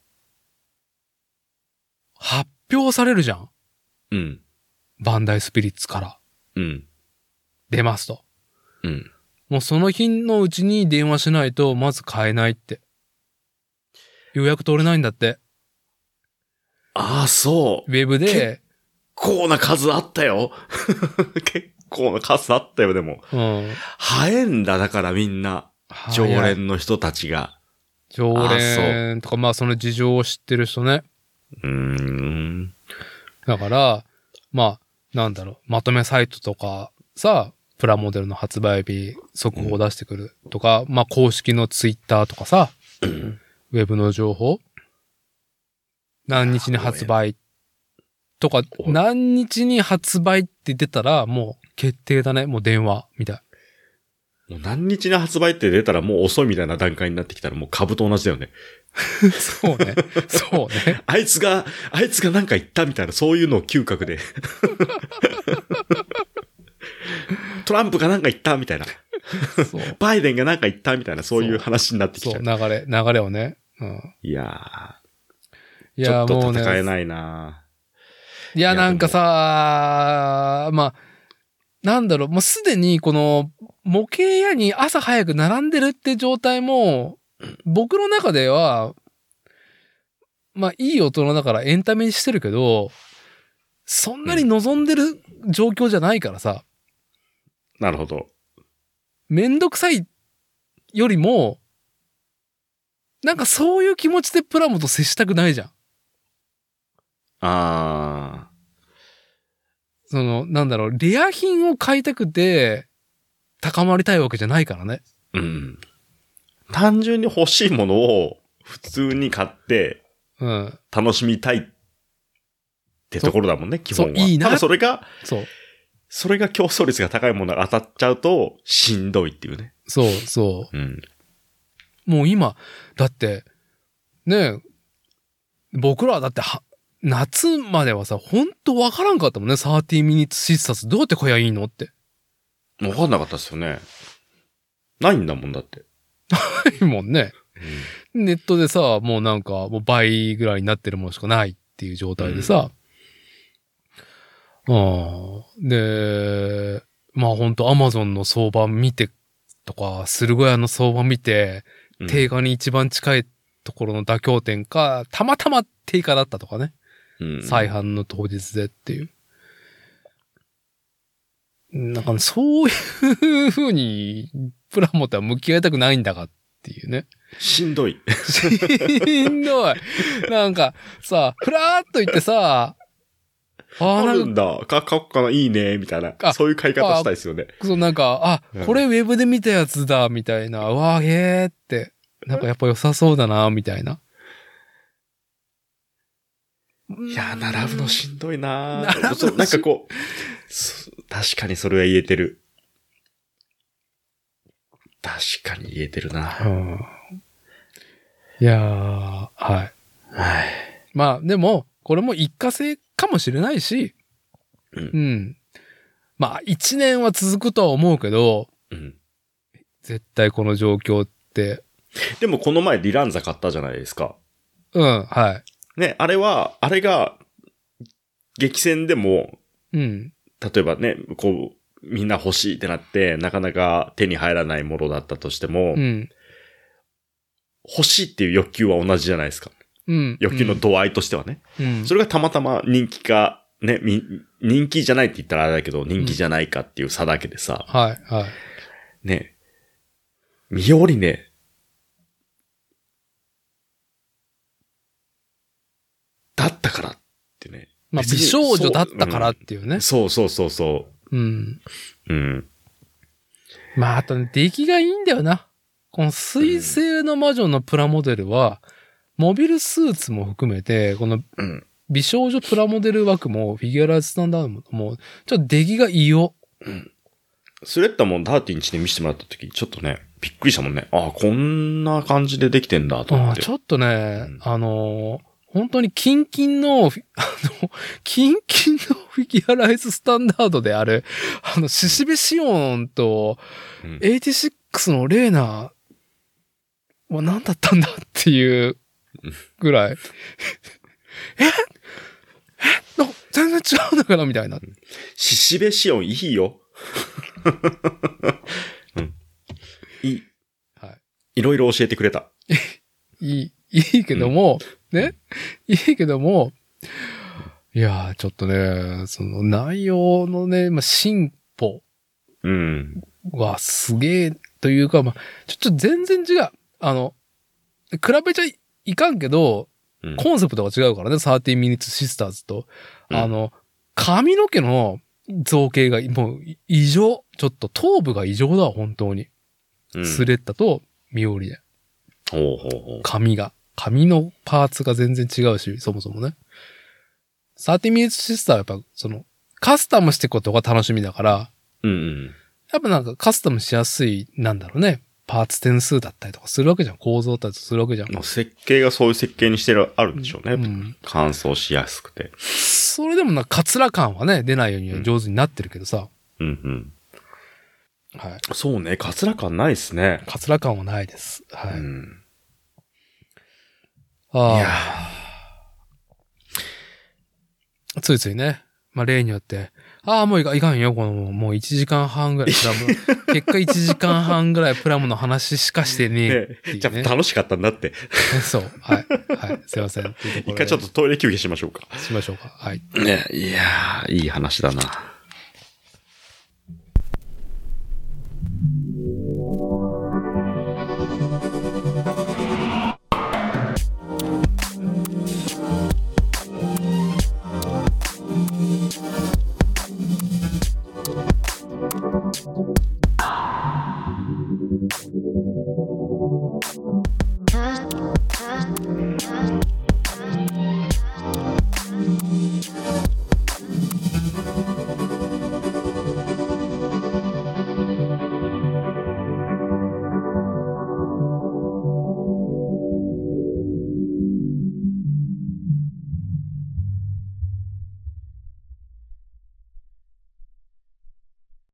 発表されるじゃん。 うん。 バンダイスピリッツから。 うん。 出ますと。 うん。 もうその日のうちに電話しないと、まず買えないって。予約取れないんだって。 ああ、そう。 ウェブで。 結構な数あったよ。結構な数あったよ、でも。 うん。 早いんだ、だからみんな。常連の人たちが。 常連とか、まあその事情を知ってる人ね。 うーん。 だから、まあ、なんだろう、まとめサイトとかさ、プラモデルの発売日、速報を出してくるとか、うん、まあ公式のツイッターとかさ、ウェブの情報何日に発売とか、何日に発売って出たらもう決定だね。もう電話みたい。 もう何日に発売って出たらもう遅いみたいな段階になってきたらもう株と同じだよね。 そうね。そうね。 あいつが、あいつがなんか言ったみたいな、そういうのを嗅覚で。トランプがなんか言ったみたいな。バイデンがなんか言ったみたいな、そういう話になってきちゃう。 そう、流れ、流れをね。うん、 いやー。いやー、ちょっと戦えないな、 ね、いや、なんかさ、まあ、なんだろう、もうすでにこの模型屋に朝早く並んでるって状態も、僕の中では、まあいい大人だからエンタメにしてるけど、そんなに望んでる状況じゃないからさ。 うん、なるほど。 めんどくさいよりも、なんかそういう気持ちでプラモと接したくないじゃん。 あー。 その、なんだろう、レア品を買いたくて、高まりたいわけじゃないからね。 うん。単純に欲しいものを普通に買って、うん。楽しみたいってところだもんね、基本は。 そう、いいな。 ただそれが、 そう。 それが競争率が高いものが当たっちゃうと、しんどいっていうね。 そう、そう。 うん。 もう今、だって、ねえ、僕らはだっては、夏まではさ、ほんとわからんかったもんね。さんじゅうミニッツ必殺どうやって買えばいいのって。 わかんなかったっすよね。ないんだもんだって。 ないもんね、うん。ネットでさ、もうなんか、もう倍ぐらいになってるものしかないっていう状態でさ。うん、あで、まあほんとアマゾンの相場見てとか、駿河屋の相場見て、うん、定価に一番近いところの妥協点か、たまたま定価だったとかね。うん、再販の当日でっていう。なんかそういう風にプラモとは向き合いたくないんだかっていうね。 しんどい。 しんどい。なんかさ、ふらーっと言ってさ、 ああるんだ。か、買おっかな、いいね、みたいな。そういう買い方したいですよね。 そう、なんか、あ、これウェブで見たやつだ、みたいな。うわー、へーって。なんかやっぱ良さそうだな、みたいな。 いやー、並ぶのしんどいなー。そう、なんかこう、確かにそれは言えてる。確かに言えてるな。うん、 いやー、はい。はい。まあ、でも、これも一過性かもしれないし、うん。うん、まあ、一年は続くとは思うけど、うん、絶対この状況って。 でもこの前リランザ買ったじゃないですか。 うん、はい。 ね、あれは、あれが、激戦でも、うん。例えばね、こう、みんな欲しいってなって、なかなか手に入らないものだったとしても、うん、欲しいっていう欲求は同じじゃないですか。うん。欲求の度合いとしてはね。うん。それがたまたま人気か、ね、み、人気じゃないって言ったらあれだけど、人気じゃないかっていう差だけでさ。 うん、はい、はい。 ね、ミオリネ、だったからってね。 まあ、美少女だったからっていうね。 うん、そうそうそうそう。うん。うん。 まあ、あとね、出来がいいんだよな。この水星の魔女のプラモデルは、モビルスーツも含めて、この美少女プラモデル枠も、フィギュアライズスタンダードも、もう、ちょっと出来がいいよ。うん。 スレッタもダーティーにして見せてもらった時、ちょっとね、びっくりしたもんね。ああ、こんな感じでできてんだと思って。 ちょっとね、 うん、 あのー、本当にキンキンの、あの、キンキンのフィギュアライズスタンダードである、あの、シシベシオンと、 うん、 はちじゅうろくのレーナは何だったんだっていうぐらい。ええの全然違うんだからみたいな。 シシベシオンいいよ。うん、いい。はい。いろいろ教えてくれた。 いい、いいけども、うん、ね、いいけども、いやー、ちょっとね、その内容のね、まあ、進歩はすげえというか、まあ、ちょっと全然違う。あの、比べちゃい、いかんけど、うん、コンセプトが違うからね、サーティーミニッツシスターズと。うん、あの、髪の毛の造形がもう異常。ちょっと頭部が異常だ、本当に。うん、スレッタとミオリで。 ほうほうほう。 髪が。髪のパーツが全然違うし、そもそもね。サーティーミニッツシスターはやっぱ、その、カスタムしていくことが楽しみだから、 うんうん、 やっぱなんかカスタムしやすい、なんだろうね。パーツ点数だったりとかするわけじゃん。構造だったりするわけじゃん。 設計がそういう設計にしてる、あるんでしょうね。うん、乾燥しやすくて。 それでもな、カツラ感はね、出ないように上手になってるけどさ。 うんうん。 はい。 そうね、カツラ感ないですね。 カツラ感はないです。はい。うん、ああ。いやついついね、まあ例によって、ああ、もういか、いかんよ、この、もういちじかんはんぐらいプラム、結果いちじかんはんぐらいプラムの話しかしてねえっていう、ね。 じゃあ楽しかったんだって。 そう。はい。はい。すいません。 一回ちょっとトイレ休憩しましょうか。 しましょうか。はい。 ね、いやー、いい話だな。